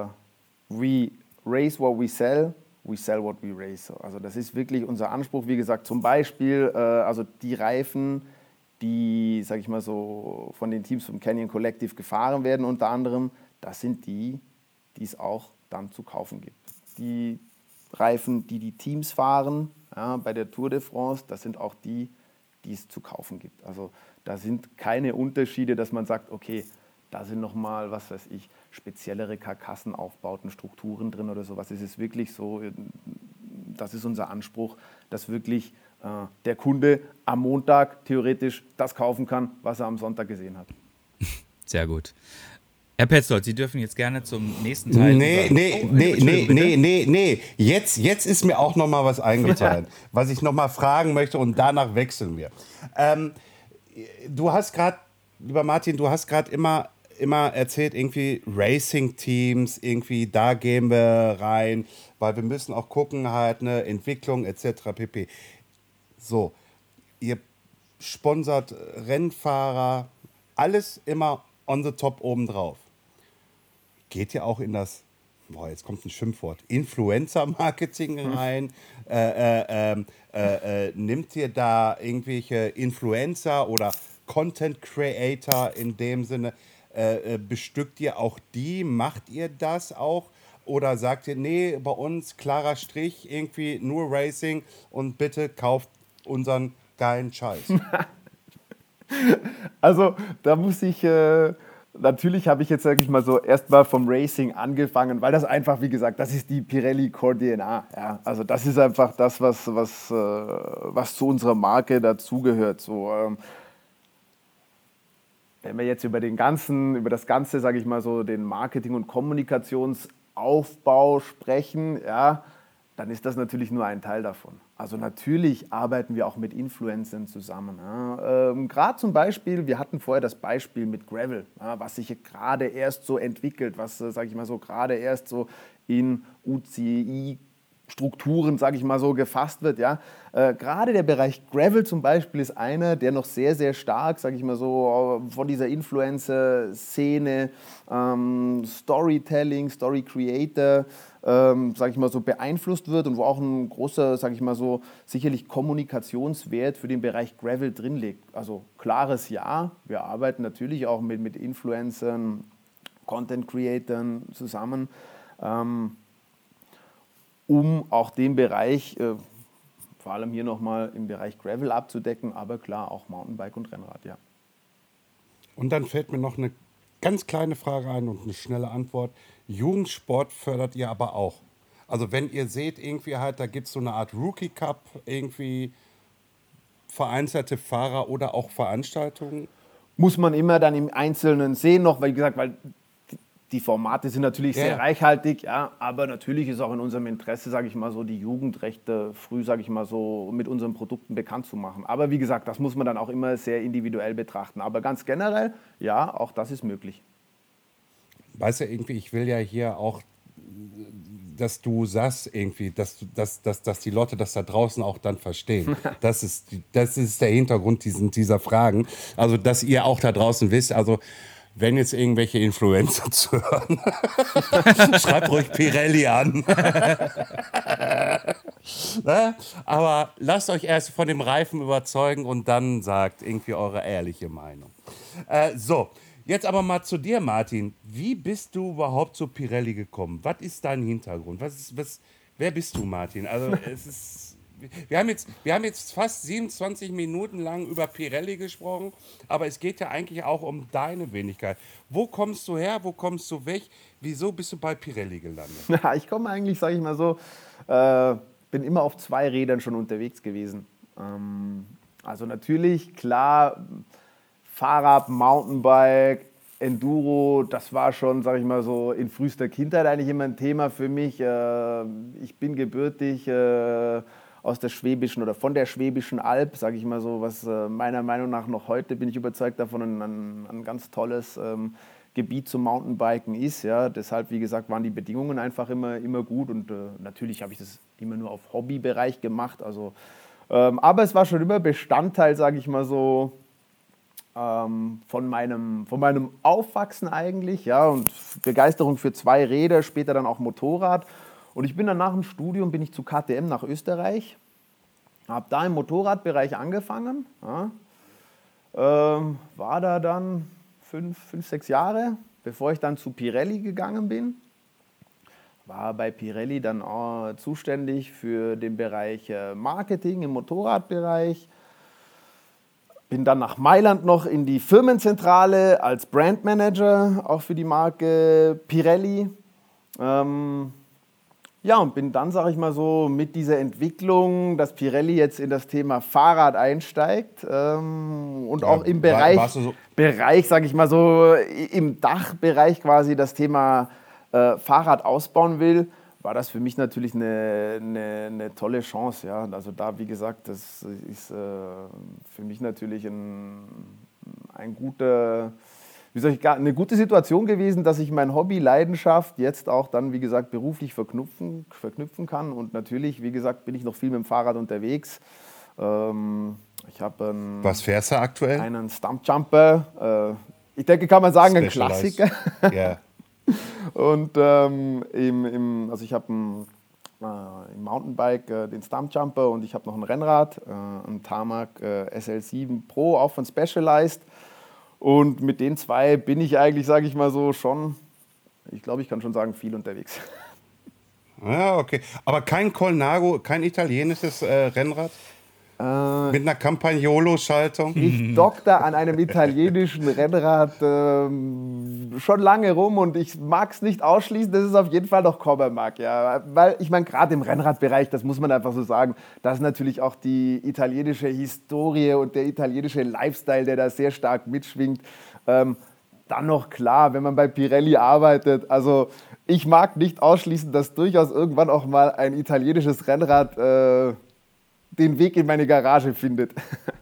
E: we race what we sell. We sell what we race. Also das ist wirklich unser Anspruch. Wie gesagt, zum Beispiel äh, also die Reifen, die, sage ich mal so, von den Teams vom Canyon Collective gefahren werden unter anderem, das sind die, die es auch dann zu kaufen gibt. Die Reifen, die die Teams fahren, ja, bei der Tour de France, das sind auch die, die es zu kaufen gibt. Also da sind keine Unterschiede, dass man sagt, okay, da sind nochmal, was weiß ich, speziellere Karkassenaufbauten, Strukturen drin oder sowas. Es ist wirklich so, das ist unser Anspruch, dass wirklich äh, der Kunde am Montag theoretisch das kaufen kann, was er am Sonntag gesehen hat.
D: Sehr gut. Herr Petzold, Sie dürfen jetzt gerne zum nächsten Teil.
C: Nee,
D: über
C: nee,
D: oh,
C: nee, nee, nee, nee, nee. Jetzt, jetzt ist mir auch noch mal was eingefallen, ja. was ich noch mal fragen möchte und danach wechseln wir. Ähm, du hast gerade, lieber Martin, du hast gerade immer immer erzählt, irgendwie Racing-Teams, irgendwie da gehen wir rein, weil wir müssen auch gucken, halt eine Entwicklung et cetera pp. So, ihr sponsert Rennfahrer, alles immer on the top obendrauf. Geht ihr auch in das boah, jetzt kommt ein Schimpfwort, Influencer-Marketing rein? äh, äh, äh, äh, äh, nimmt ihr da irgendwelche Influencer oder Content-Creator in dem Sinne? Äh, äh, bestückt ihr auch die? Macht ihr das auch? Oder sagt ihr, nee, bei uns klarer Strich, irgendwie nur Racing und bitte kauft unseren geilen Scheiß?
E: Also da muss ich, äh, natürlich habe ich jetzt, sage ich mal so, erstmal vom Racing angefangen, weil das einfach, wie gesagt, das ist die Pirelli Core D N A. Ja? Also das ist einfach das, was, was, äh, was zu unserer Marke dazugehört. So, ähm, wenn wir jetzt über den ganzen, über das Ganze, sage ich mal so, den Marketing- und Kommunikationsaufbau sprechen, ja, dann ist das natürlich nur ein Teil davon. Also natürlich arbeiten wir auch mit Influencern zusammen. Ja. Ähm, gerade zum Beispiel, wir hatten vorher das Beispiel mit Gravel, ja, was sich gerade erst so entwickelt, was, äh, sage ich mal so, gerade erst so in U C I-Strukturen, sage ich mal so, gefasst wird. Ja. Äh, gerade der Bereich Gravel zum Beispiel ist einer, der noch sehr, sehr stark, sage ich mal so, von dieser Influencer-Szene, ähm, Storytelling, Story-Creator, ähm, sage ich mal so, beeinflusst wird und wo auch ein großer, sage ich mal so, sicherlich Kommunikationswert für den Bereich Gravel drin liegt. Also klares Ja, wir arbeiten natürlich auch mit, mit Influencern, Content-Creatern zusammen, ähm, um auch den Bereich, äh, vor allem hier nochmal im Bereich Gravel abzudecken, aber klar auch Mountainbike und Rennrad, ja.
C: Und dann fällt mir noch eine ganz kleine Frage ein und eine schnelle Antwort. Jugendsport fördert ihr aber auch. Also wenn ihr seht, irgendwie halt, da gibt es so eine Art Rookie Cup, irgendwie vereinzelte Fahrer oder auch Veranstaltungen.
E: Muss man immer dann im Einzelnen sehen noch, weil, wie gesagt, weil die Formate sind natürlich
C: Ja.
E: sehr reichhaltig, ja, aber natürlich ist auch in unserem Interesse, sage ich mal so, die Jugend recht äh, früh, sage ich mal so, mit unseren Produkten bekannt zu machen. Aber wie gesagt, das muss man dann auch immer sehr individuell betrachten. Aber ganz generell, ja, auch das ist möglich.
C: Weißt du, irgendwie, ich will ja hier auch, dass du sagst, irgendwie, dass, du, dass, dass, dass die Leute das da draußen auch dann verstehen. Das ist, das ist der Hintergrund diesen, dieser Fragen. Also, dass ihr auch da draußen wisst, also, wenn jetzt irgendwelche Influencer zuhören, schreibt ruhig Pirelli an. Ne? Aber lasst euch erst von dem Reifen überzeugen und dann sagt irgendwie eure ehrliche Meinung. Äh, so, jetzt aber mal zu dir, Martin. Wie bist du überhaupt zu Pirelli gekommen? Was ist dein Hintergrund? Was ist, was, wer bist du, Martin? Also es ist... Wir haben, jetzt, wir haben jetzt fast siebenundzwanzig Minuten lang über Pirelli gesprochen, aber es geht ja eigentlich auch um deine Wenigkeit. Wo kommst du her, wo kommst du weg, wieso bist du bei Pirelli gelandet?
E: Ja, ich komme eigentlich, sage ich mal so, äh, bin immer auf zwei Rädern schon unterwegs gewesen. Ähm, also natürlich, klar, Fahrrad, Mountainbike, Enduro, das war schon, sage ich mal so, in frühester Kindheit eigentlich immer ein Thema für mich. Äh, ich bin gebürtig äh, aus der Schwäbischen oder von der Schwäbischen Alb, sage ich mal so, was äh, meiner Meinung nach noch heute, bin ich überzeugt davon, ein, ein, ein ganz tolles ähm, Gebiet zum Mountainbiken ist. Ja. Deshalb, wie gesagt, waren die Bedingungen einfach immer, immer gut und äh, natürlich habe ich das immer nur auf Hobbybereich gemacht. Also, ähm, aber es war schon immer Bestandteil, sage ich mal so, ähm, von, meinem, von meinem Aufwachsen eigentlich. Ja, und Begeisterung für zwei Räder, später dann auch Motorrad. Und ich bin dann nach dem Studium bin ich zu K T M nach Österreich, habe da im Motorradbereich angefangen, ja, ähm, war da dann fünf, fünf, sechs Jahre, bevor ich dann zu Pirelli gegangen bin. War bei Pirelli dann auch zuständig für den Bereich Marketing im Motorradbereich. Bin dann nach Mailand noch in die Firmenzentrale als Brandmanager, auch für die Marke Pirelli. Ähm, Ja, und bin dann, sage ich mal so, mit dieser Entwicklung, dass Pirelli jetzt in das Thema Fahrrad einsteigt ähm, und
C: Ja,
E: auch im
C: war-
E: Bereich,
C: warst du so-
E: Bereich, sage ich mal so, im Dachbereich quasi das Thema äh, Fahrrad ausbauen will, war das für mich natürlich eine, eine, eine tolle Chance. Ja. Also da, wie gesagt, das ist äh, für mich natürlich ein, ein guter... Wie soll ich gar, eine gute Situation gewesen, dass ich mein Hobby, Leidenschaft jetzt auch dann, wie gesagt, beruflich verknüpfen, verknüpfen kann. Und natürlich, wie gesagt, bin ich noch viel mit dem Fahrrad unterwegs. Ähm, ich habe einen,
C: Was fährst du aktuell?
E: einen Stumpjumper. Äh, ich denke, kann man sagen, ein
C: Specialized.
E: Klassiker.
C: Ja.
E: Und ähm, im, im, also ich habe ein äh, im Mountainbike äh, den Stumpjumper und ich habe noch ein Rennrad, äh, ein Tarmac äh, S L sieben Pro, auch von Specialized. Und mit den zwei bin ich eigentlich, sage ich mal so, schon, ich glaube, ich kann schon sagen, viel unterwegs.
C: Ja, okay. Aber kein Colnago, kein italienisches äh, Rennrad?
E: Äh,
C: Mit einer Campagnolo-Schaltung?
E: Ich dokter an einem italienischen Rennrad ähm, schon lange rum und ich mag es nicht ausschließen, dass es auf jeden Fall noch kommen mag. Ja. Weil ich meine, gerade im Rennradbereich, das muss man einfach so sagen, da ist natürlich auch die italienische Historie und der italienische Lifestyle, der da sehr stark mitschwingt. Ähm, dann noch klar, wenn man bei Pirelli arbeitet, also ich mag nicht ausschließen, dass durchaus irgendwann auch mal ein italienisches Rennrad äh, den Weg in meine Garage findet.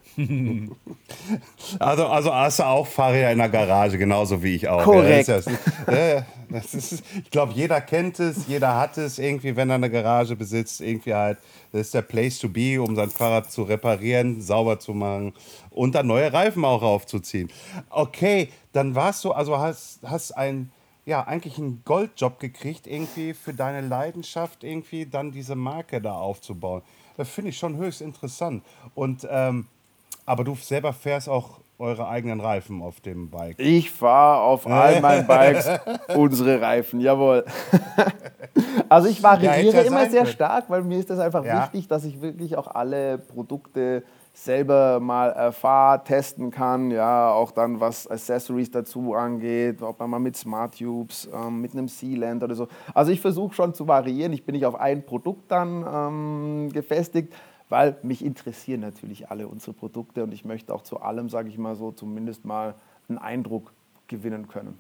C: Also, also hast du auch Fahrräder in der Garage, genauso wie ich auch.
E: Korrekt.
C: Ja, das ist, ja, das ist, ich glaube, jeder kennt es, jeder hat es irgendwie, wenn er eine Garage besitzt, irgendwie halt, das ist der Place to be, um sein Fahrrad zu reparieren, sauber zu machen und dann neue Reifen auch aufzuziehen. Okay, dann warst du, also hast, hast ein, ja, eigentlich einen Goldjob gekriegt, irgendwie für deine Leidenschaft, irgendwie dann diese Marke da aufzubauen. Das finde ich schon höchst interessant. Und, ähm, aber du selber fährst auch eure eigenen Reifen auf dem Bike.
E: Ich fahre auf all meinen Bikes unsere Reifen, jawohl. Also ich variiere
C: Ja, hätte ja
E: immer
C: sein
E: sehr
C: können.
E: stark, weil mir ist das einfach
C: Ja.
E: wichtig, dass ich wirklich auch alle Produkte selber mal erfahre, testen kann, ja, auch dann was Accessories dazu angeht, ob man mal mit Smart Tubes, ähm, mit einem Sealant oder so. Also ich versuche schon zu variieren, ich bin nicht auf ein Produkt dann ähm, gefestigt, weil mich interessieren natürlich alle unsere Produkte und ich möchte auch zu allem, sage ich mal so, zumindest mal einen Eindruck gewinnen können.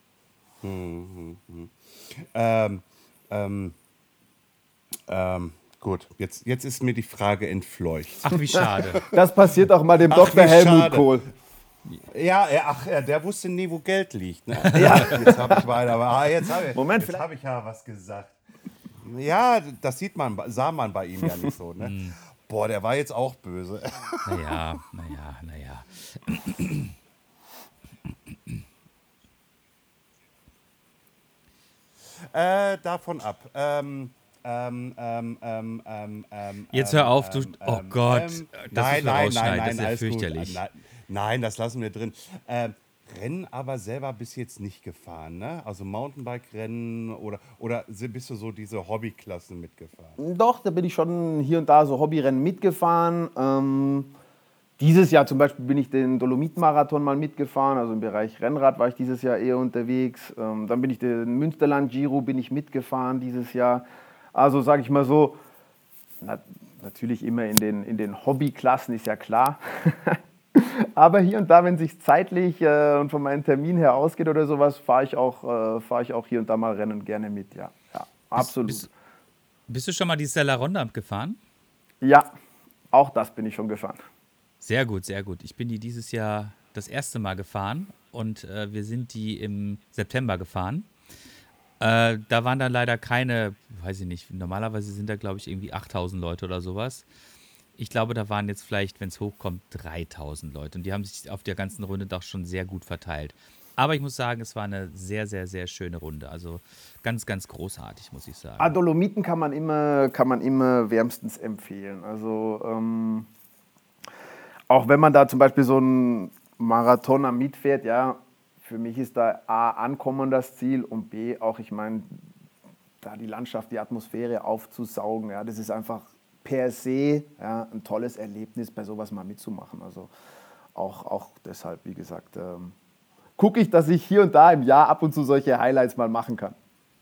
C: Ähm, ähm, ähm, gut, jetzt, jetzt ist mir die Frage entfleucht.
D: Ach, wie schade.
E: Das passiert auch mal dem
C: Ach,
E: Doktor
C: wie
E: Helmut
C: schade.
E: Kohl.
C: Ja, er, ach, er, der wusste nie, wo Geld liegt. Ne? Ja. Jetzt habe ich weiter, aber ah, jetzt habe ich,
E: Moment,
C: jetzt
E: vielleicht-
C: hab ich ja was gesagt. Ja, das sieht man, sah man bei ihm ja nicht so. Ne? Boah, der war jetzt auch böse.
D: Naja, naja, naja.
C: Äh, davon ab. Ähm, ähm, ähm, ähm, ähm, ähm,
D: Jetzt
C: ähm,
D: hör auf, du-
C: ähm,
D: oh
C: ähm,
D: Gott,
C: ähm,
D: das
C: nein,
D: müssen wir
C: nein,
D: rausschneiden,
C: nein,
D: das
C: nein,
D: ist ja
C: alles gut.
D: fürchterlich.
C: Nein, nein, das lassen wir drin. Ähm, Rennen aber selber bis jetzt nicht gefahren, ne? Also Mountainbike-Rennen oder, oder bist du so diese Hobbyklassen mitgefahren?
E: Doch, da bin ich schon hier und da so Hobbyrennen mitgefahren. Ähm, dieses Jahr zum Beispiel bin ich den Dolomiten-Marathon mal mitgefahren, also im Bereich Rennrad war ich dieses Jahr eher unterwegs. Ähm, dann bin ich den Münsterland-Giro bin ich mitgefahren dieses Jahr. Also sage ich mal so, na, natürlich immer in den, in den Hobbyklassen, ist ja klar. Aber hier und da, wenn es sich zeitlich äh, und von meinem Termin her ausgeht oder sowas, fahre ich, auch, äh, fahr ich auch hier und da mal Rennen gerne mit, ja. Ja, absolut.
D: Bist, bist du schon mal die Stella Ronda gefahren?
E: Ja, auch das bin ich schon gefahren.
D: Sehr gut, sehr gut. Ich bin die dieses Jahr das erste Mal gefahren und äh, wir sind die im September gefahren. Äh, da waren dann leider keine, weiß ich nicht, normalerweise sind da, glaube ich, irgendwie achttausend Leute oder sowas. Ich glaube, da waren jetzt vielleicht, wenn es hochkommt, dreitausend Leute. Und die haben sich auf der ganzen Runde doch schon sehr gut verteilt. Aber ich muss sagen, es war eine sehr, sehr, sehr schöne Runde. Also ganz, ganz großartig, muss ich sagen.
E: Ah, Dolomiten kann man immer, kann man immer wärmstens empfehlen. Also ähm, auch wenn man da zum Beispiel so einen Marathoner mitfährt, ja, für mich ist da A, Ankommen das Ziel und B, auch, ich meine, da die Landschaft, die Atmosphäre aufzusaugen, ja, das ist einfach per se ja, ein tolles Erlebnis, bei sowas mal mitzumachen. Also auch, auch deshalb, wie gesagt, ähm, gucke ich, dass ich hier und da im Jahr ab und zu solche Highlights mal machen kann.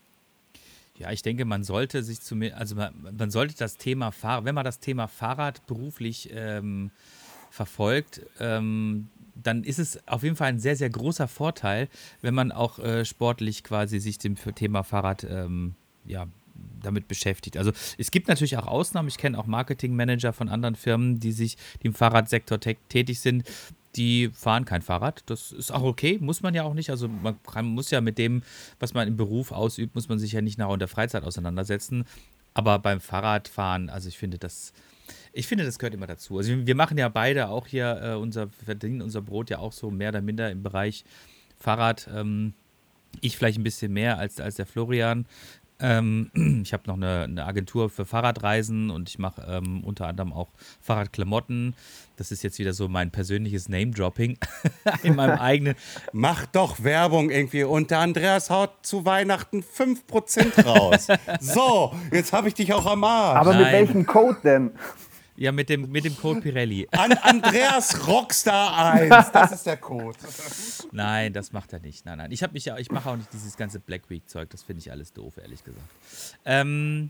D: Ja, ich denke, man sollte sich zumindest, also man, man sollte das Thema Fahrrad, wenn man das Thema Fahrrad beruflich ähm, verfolgt, ähm, dann ist es auf jeden Fall ein sehr, sehr großer Vorteil, wenn man auch äh, sportlich quasi sich dem Thema Fahrrad ähm, ja, damit beschäftigt. Also es gibt natürlich auch Ausnahmen. Ich kenne auch Marketingmanager von anderen Firmen, die sich die im Fahrradsektor tä- tätig sind. Die fahren kein Fahrrad. Das ist auch okay, muss man ja auch nicht. Also man kann, muss ja mit dem, was man im Beruf ausübt, muss man sich ja nicht nachher in der Freizeit auseinandersetzen. Aber beim Fahrradfahren, also ich finde das, ich finde, das gehört immer dazu. Also wir machen ja beide auch hier äh, unser, verdienen unser Brot ja auch so mehr oder minder im Bereich Fahrrad. Ähm, Ich vielleicht ein bisschen mehr als, als der Florian. Ähm, ich habe noch eine, eine Agentur für Fahrradreisen und ich mache ähm, unter anderem auch Fahrradklamotten. Das ist jetzt wieder so mein persönliches Name-Dropping in meinem eigenen.
C: Mach doch Werbung irgendwie und der Andreas haut zu Weihnachten fünf Prozent raus. So, jetzt habe ich dich auch am Arsch.
E: Aber mit
D: Nein.
E: welchem Code denn?
D: Ja, mit dem, mit dem Code Pirelli.
C: An Andreas Rockstar eins, das ist der Code.
D: Nein, das macht er nicht. Nein, nein. Ich, hab mich ja- ich mache auch nicht dieses ganze Black Week-Zeug. Das finde ich alles doof, ehrlich gesagt. Ähm,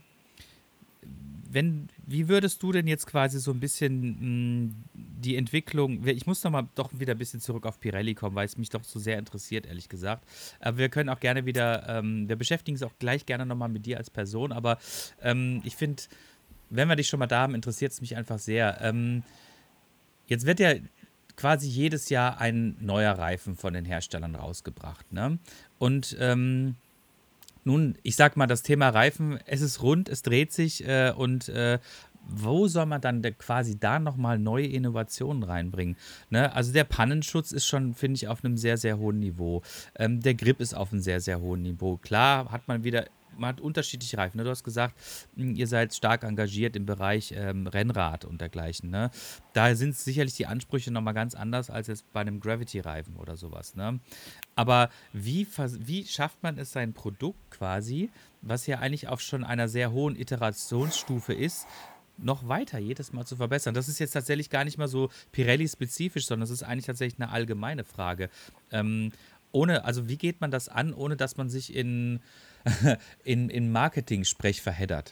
D: wenn, wie würdest du denn jetzt quasi so ein bisschen mh, die Entwicklung, ich muss noch mal doch wieder ein bisschen zurück auf Pirelli kommen, weil es mich doch so sehr interessiert, ehrlich gesagt. Aber wir können auch gerne wieder, ähm, wir beschäftigen uns auch gleich gerne nochmal mit dir als Person, aber ähm, ich finde, wenn wir dich schon mal da haben, interessiert es mich einfach sehr. Ähm, jetzt wird ja quasi jedes Jahr ein neuer Reifen von den Herstellern rausgebracht, ne? Und ähm, nun, ich sag mal, das Thema Reifen, es ist rund, es dreht sich äh, und äh, wo soll man dann de- quasi da nochmal neue Innovationen reinbringen? Ne? Also der Pannenschutz ist schon, finde ich, auf einem sehr, sehr hohen Niveau. Ähm, der Grip ist auf einem sehr, sehr hohen Niveau. Klar hat man wieder, man hat unterschiedliche Reifen. Ne? Du hast gesagt, mh, ihr seid stark engagiert im Bereich ähm, Rennrad und dergleichen. Ne? Da sind sicherlich die Ansprüche nochmal ganz anders als jetzt bei einem Gravity-Reifen oder sowas. Ne? Aber wie, vers- wie schafft man es, sein Produkt quasi, was ja eigentlich auf schon einer sehr hohen Iterationsstufe ist, noch weiter jedes Mal zu verbessern? Das ist jetzt tatsächlich gar nicht mal so Pirelli-spezifisch, sondern es ist eigentlich tatsächlich eine allgemeine Frage. Ähm, ohne, also wie geht man das an, ohne dass man sich in, in, in Marketing-Sprech verheddert?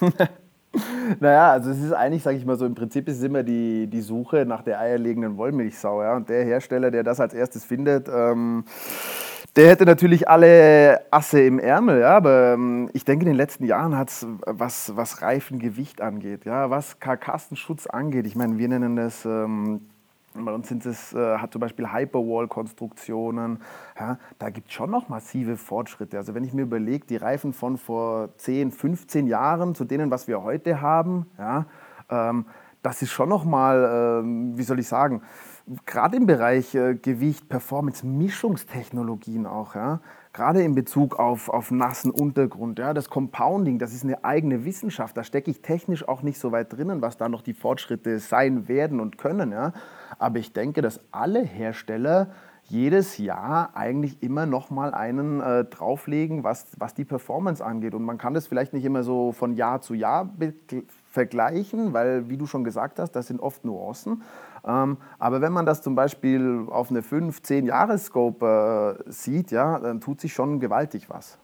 E: Naja, also es ist eigentlich, sage ich mal so, im Prinzip ist es immer die, die Suche nach der eierlegenden Wollmilchsau. Ja? Und der Hersteller, der das als erstes findet, ähm, der hätte natürlich alle Asse im Ärmel. Ja? Aber ähm, ich denke, in den letzten Jahren hat es, was, was Reifengewicht angeht, ja? Was Karkassenschutz angeht, ich meine, wir nennen das... Ähm, bei uns sind es, äh, hat zum Beispiel Hyperwall-Konstruktionen. Ja, da gibt es schon noch massive Fortschritte. Also wenn ich mir überlege, die Reifen von vor zehn, fünfzehn Jahren zu denen, was wir heute haben, ja, ähm, das ist schon noch mal, ähm, wie soll ich sagen, gerade im Bereich äh, Gewicht, Performance, Mischungstechnologien auch, ja, gerade in Bezug auf, auf nassen Untergrund, ja, das Compounding, das ist eine eigene Wissenschaft, da stecke ich technisch auch nicht so weit drinnen, was da noch die Fortschritte sein werden und können, ja. Aber ich denke, dass alle Hersteller jedes Jahr eigentlich immer noch mal einen äh, drauflegen, was, was die Performance angeht. Und man kann das vielleicht nicht immer so von Jahr zu Jahr be- vergleichen, weil, wie du schon gesagt hast, das sind oft Nuancen. Ähm, aber wenn man das zum Beispiel auf eine fünf-, zehn-Jahres-Scope äh, sieht, ja, dann tut sich schon gewaltig was.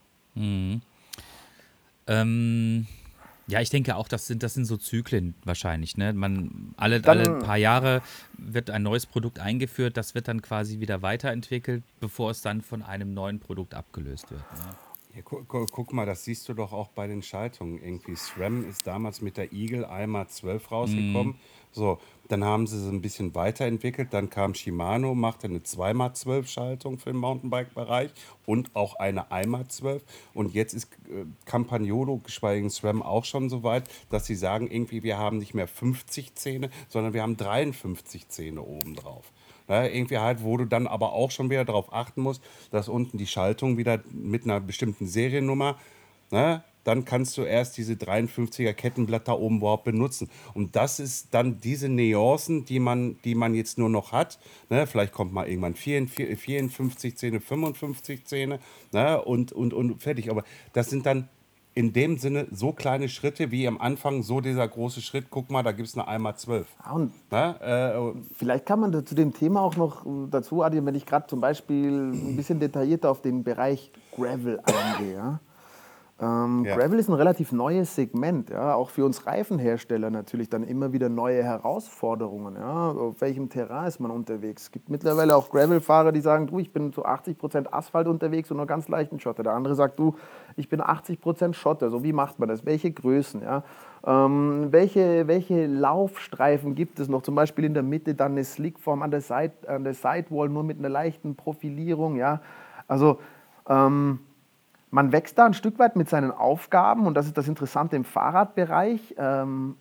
D: Ähm, ja, ich denke auch, das sind, das sind so Zyklen wahrscheinlich. Ne? Man, alle,
E: Dann-
D: alle paar Jahre wird ein neues Produkt eingeführt, das wird dann quasi wieder weiterentwickelt, bevor es dann von einem neuen Produkt abgelöst wird. Ne?
C: Ja, gu gu guck mal, das siehst du doch auch bei den Schaltungen irgendwie. SRAM ist damals mit der Eagle einmal zwölf rausgekommen. So, dann haben sie sie ein bisschen weiterentwickelt. Dann kam Shimano, machte eine zwei mal zwölf Schaltung für den Mountainbike-Bereich und auch eine eins mal zwölf. Und jetzt ist äh, Campagnolo, geschweige denn SRAM, auch schon so weit, dass sie sagen, irgendwie, wir haben nicht mehr fünfzig Zähne, sondern wir haben dreiundfünfzig Zähne obendrauf. Ja, irgendwie halt, wo du dann aber auch schon wieder darauf achten musst, dass unten die Schaltung wieder mit einer bestimmten Seriennummer, ne, dann kannst du erst diese dreiundfünfziger Kettenblatt da oben überhaupt benutzen. Und das ist dann diese Nuancen, die man, die man jetzt nur noch hat. Ne, vielleicht kommt mal irgendwann vierundvierzig, vierundfünfzig Zähne, fünfundfünfzig Zähne, ne, und, und, und fertig. Aber das sind dann in dem Sinne so kleine Schritte wie am Anfang, so dieser große Schritt. Guck mal, da gibt es eine eins mal zwölf.
E: Ja, und
C: Ne, äh,
E: vielleicht kann man da zu dem Thema auch noch äh, dazu addieren, wenn ich gerade zum Beispiel ein bisschen detaillierter auf den Bereich Gravel eingehe. Ja? Ähm,
C: Ja.
E: Gravel ist ein relativ neues Segment, ja? Auch für uns Reifenhersteller natürlich dann immer wieder neue Herausforderungen. Ja? Auf welchem Terrain ist man unterwegs? Es gibt mittlerweile auch Gravel-Fahrer, die sagen, du, ich bin zu achtzig Prozent Asphalt unterwegs und nur ganz leichten Schotter. Der andere sagt, du, ich bin achtzig Prozent Schotter. So, wie macht man das? Welche Größen? Ja? Ähm, welche, welche Laufstreifen gibt es noch? Zum Beispiel in der Mitte dann eine Slickform an der, Side, an der Sidewall, nur mit einer leichten Profilierung. Ja? Also ähm, man wächst da ein Stück weit mit seinen Aufgaben und das ist das Interessante im Fahrradbereich. Ähm,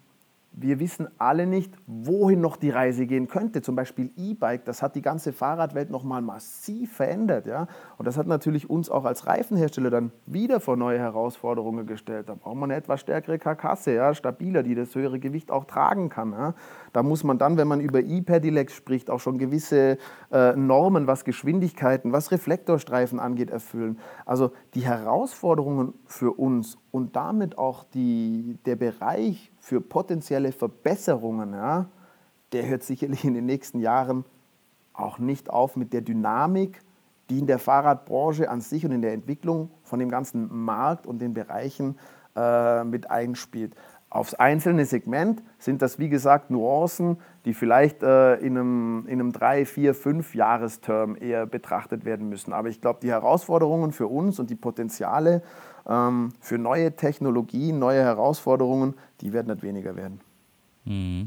E: wir wissen alle nicht, wohin noch die Reise gehen könnte. Zum Beispiel E-Bike, das hat die ganze Fahrradwelt nochmal massiv verändert. Ja? Und das hat natürlich uns auch als Reifenhersteller dann wieder vor neue Herausforderungen gestellt. Da braucht man eine etwas stärkere Karkasse, ja? Stabiler, die das höhere Gewicht auch tragen kann. Ja? Da muss man dann, wenn man über E-Pedelecs spricht, auch schon gewisse äh, Normen, was Geschwindigkeiten, was Reflektorstreifen angeht, erfüllen. Also die Herausforderungen für uns und damit auch die, der Bereich für potenzielle Verbesserungen, ja, der hört sicherlich in den nächsten Jahren auch nicht auf mit der Dynamik, die in der Fahrradbranche an sich und in der Entwicklung von dem ganzen Markt und den Bereichen äh, mit einspielt. Aufs einzelne Segment sind das, wie gesagt, Nuancen, die vielleicht äh, in einem, in einem drei, vier, fünf Jahresterm eher betrachtet werden müssen. Aber ich glaube, die Herausforderungen für uns und die Potenziale ähm, für neue Technologien, neue Herausforderungen, die werden nicht weniger werden.
D: Mhm.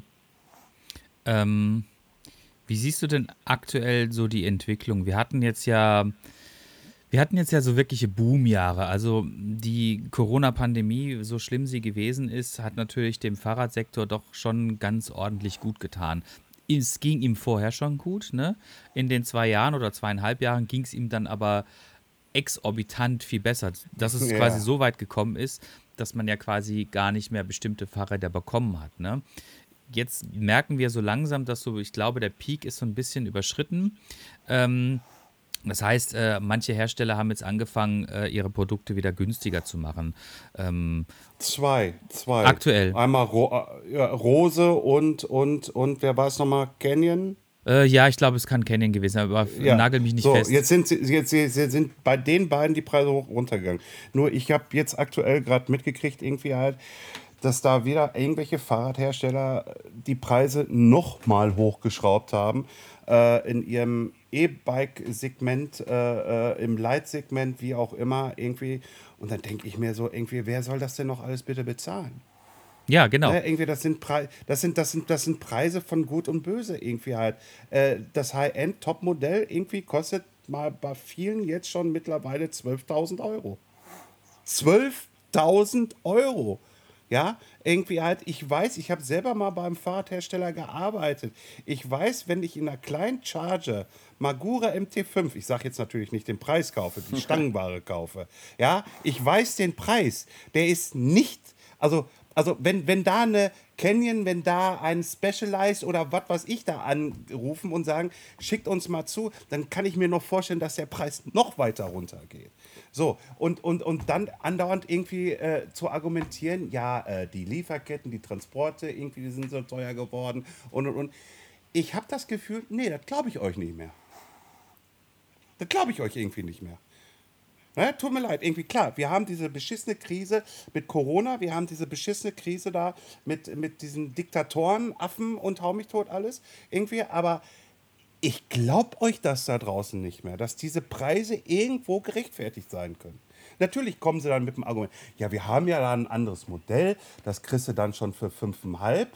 D: Ähm, wie siehst du denn aktuell so die Entwicklung? Wir hatten jetzt ja Wir hatten jetzt ja so wirkliche Boomjahre. Also die Corona-Pandemie, so schlimm sie gewesen ist, hat natürlich dem Fahrradsektor doch schon ganz ordentlich gut getan. Es ging ihm vorher schon gut, ne? In den zwei Jahren oder zweieinhalb Jahren ging es ihm dann aber exorbitant viel besser, dass es
C: Ja.
D: quasi so weit gekommen ist, dass man ja quasi gar nicht mehr bestimmte Fahrräder bekommen hat, ne? Jetzt merken wir so langsam, dass so, ich glaube, der Peak ist so ein bisschen überschritten. Ähm, Das heißt, äh, manche Hersteller haben jetzt angefangen, äh, ihre Produkte wieder günstiger zu machen. Ähm,
C: Zwei, zwei.
D: Aktuell.
C: Einmal Ro äh, ja, Rose und, und, und wer war es nochmal? Canyon?
D: äh, ja, ich glaube, es kann Canyon gewesen sein, aber
C: Ja.
D: nagel mich nicht
C: so,
D: fest.
C: Jetzt sind, sie- jetzt, jetzt sind bei den beiden die Preise hoch runtergegangen. Nur ich habe jetzt aktuell gerade mitgekriegt, irgendwie halt, dass da wieder irgendwelche Fahrradhersteller die Preise nochmal hochgeschraubt haben äh, in ihrem E-Bike-Segment, äh, äh, im Light-Segment, wie auch immer, irgendwie. Und dann denke ich mir so, irgendwie, wer soll das denn noch alles bitte bezahlen?
D: Ja, genau.
C: Ne, irgendwie, das sind, Pre das, sind, das, sind, das sind Preise von Gut und Böse irgendwie halt. Äh, das High-End-Top-Modell irgendwie kostet mal bei vielen jetzt schon mittlerweile zwölftausend Euro. zwölftausend Euro. Ja, irgendwie halt, ich weiß, ich habe selber mal beim Fahrradhersteller gearbeitet. Ich weiß, wenn ich in einer kleinen Charger Magura M T fünf, ich sage jetzt natürlich nicht den Preis kaufe, die Stangenware kaufe, ja, ich weiß den Preis, der ist nicht, also, also wenn, wenn da eine Canyon, wenn da ein Specialized oder was weiß ich da anrufen und sagen, schickt uns mal zu, dann kann ich mir noch vorstellen, dass der Preis noch weiter runtergeht. So, und, und, und dann andauernd irgendwie äh, zu argumentieren, ja, äh, die Lieferketten, die Transporte, irgendwie die sind so teuer geworden und und und. Ich habe das Gefühl, nee, das glaube ich euch nicht mehr. Das glaube ich euch irgendwie nicht mehr. Ne, tut mir leid, irgendwie klar, wir haben diese beschissene Krise mit Corona, wir haben diese beschissene Krise da mit, mit diesen Diktatoren, Affen und hau mich tot alles, irgendwie, aber ich glaube euch das da draußen nicht mehr, dass diese Preise irgendwo gerechtfertigt sein können. Natürlich kommen sie dann mit dem Argument, ja, wir haben ja da ein anderes Modell, das kriegst du dann schon für fünf Komma fünf.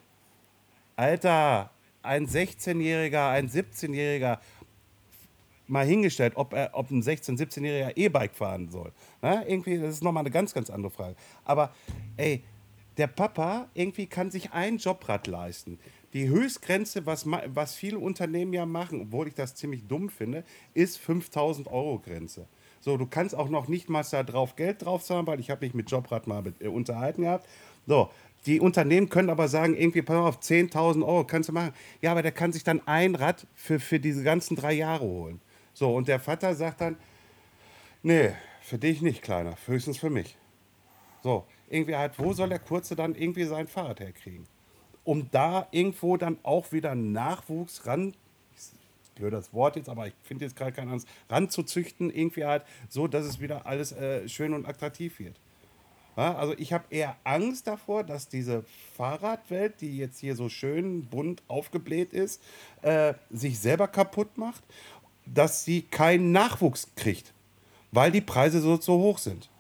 C: Alter, ein sechzehnjähriger, ein siebzehnjähriger, mal hingestellt, ob, er, ob ein sechzehn-, siebzehnjähriger E-Bike fahren soll. Na, irgendwie, das ist nochmal eine ganz, ganz andere Frage. Aber, ey, der Papa irgendwie kann sich ein Jobrad leisten. Die Höchstgrenze, was, ma- was viele Unternehmen ja machen, obwohl ich das ziemlich dumm finde, ist fünftausend Euro Grenze. So, du kannst auch noch nicht mal da drauf Geld drauf zahlen, weil ich habe mich mit Jobrad mal mit, äh, unterhalten gehabt. So, die Unternehmen können aber sagen, irgendwie, pass auf, zehntausend Euro kannst du machen. Ja, aber der kann sich dann ein Rad für, für diese ganzen drei Jahre holen. So, und der Vater sagt dann, nee, für dich nicht, Kleiner, höchstens für mich. So, irgendwie halt, wo soll der Kurze dann irgendwie sein Fahrrad herkriegen? Um da irgendwo dann auch wieder Nachwuchs ran, blödes Wort jetzt, aber ich finde jetzt gerade keinen anderes, ranzuzüchten, irgendwie halt, so, dass es wieder alles äh, schön und attraktiv wird. Ja, also ich habe eher Angst davor, dass diese Fahrradwelt, die jetzt hier so schön bunt aufgebläht ist, äh, sich selber kaputt macht, dass sie keinen Nachwuchs kriegt, weil die Preise so, so hoch sind.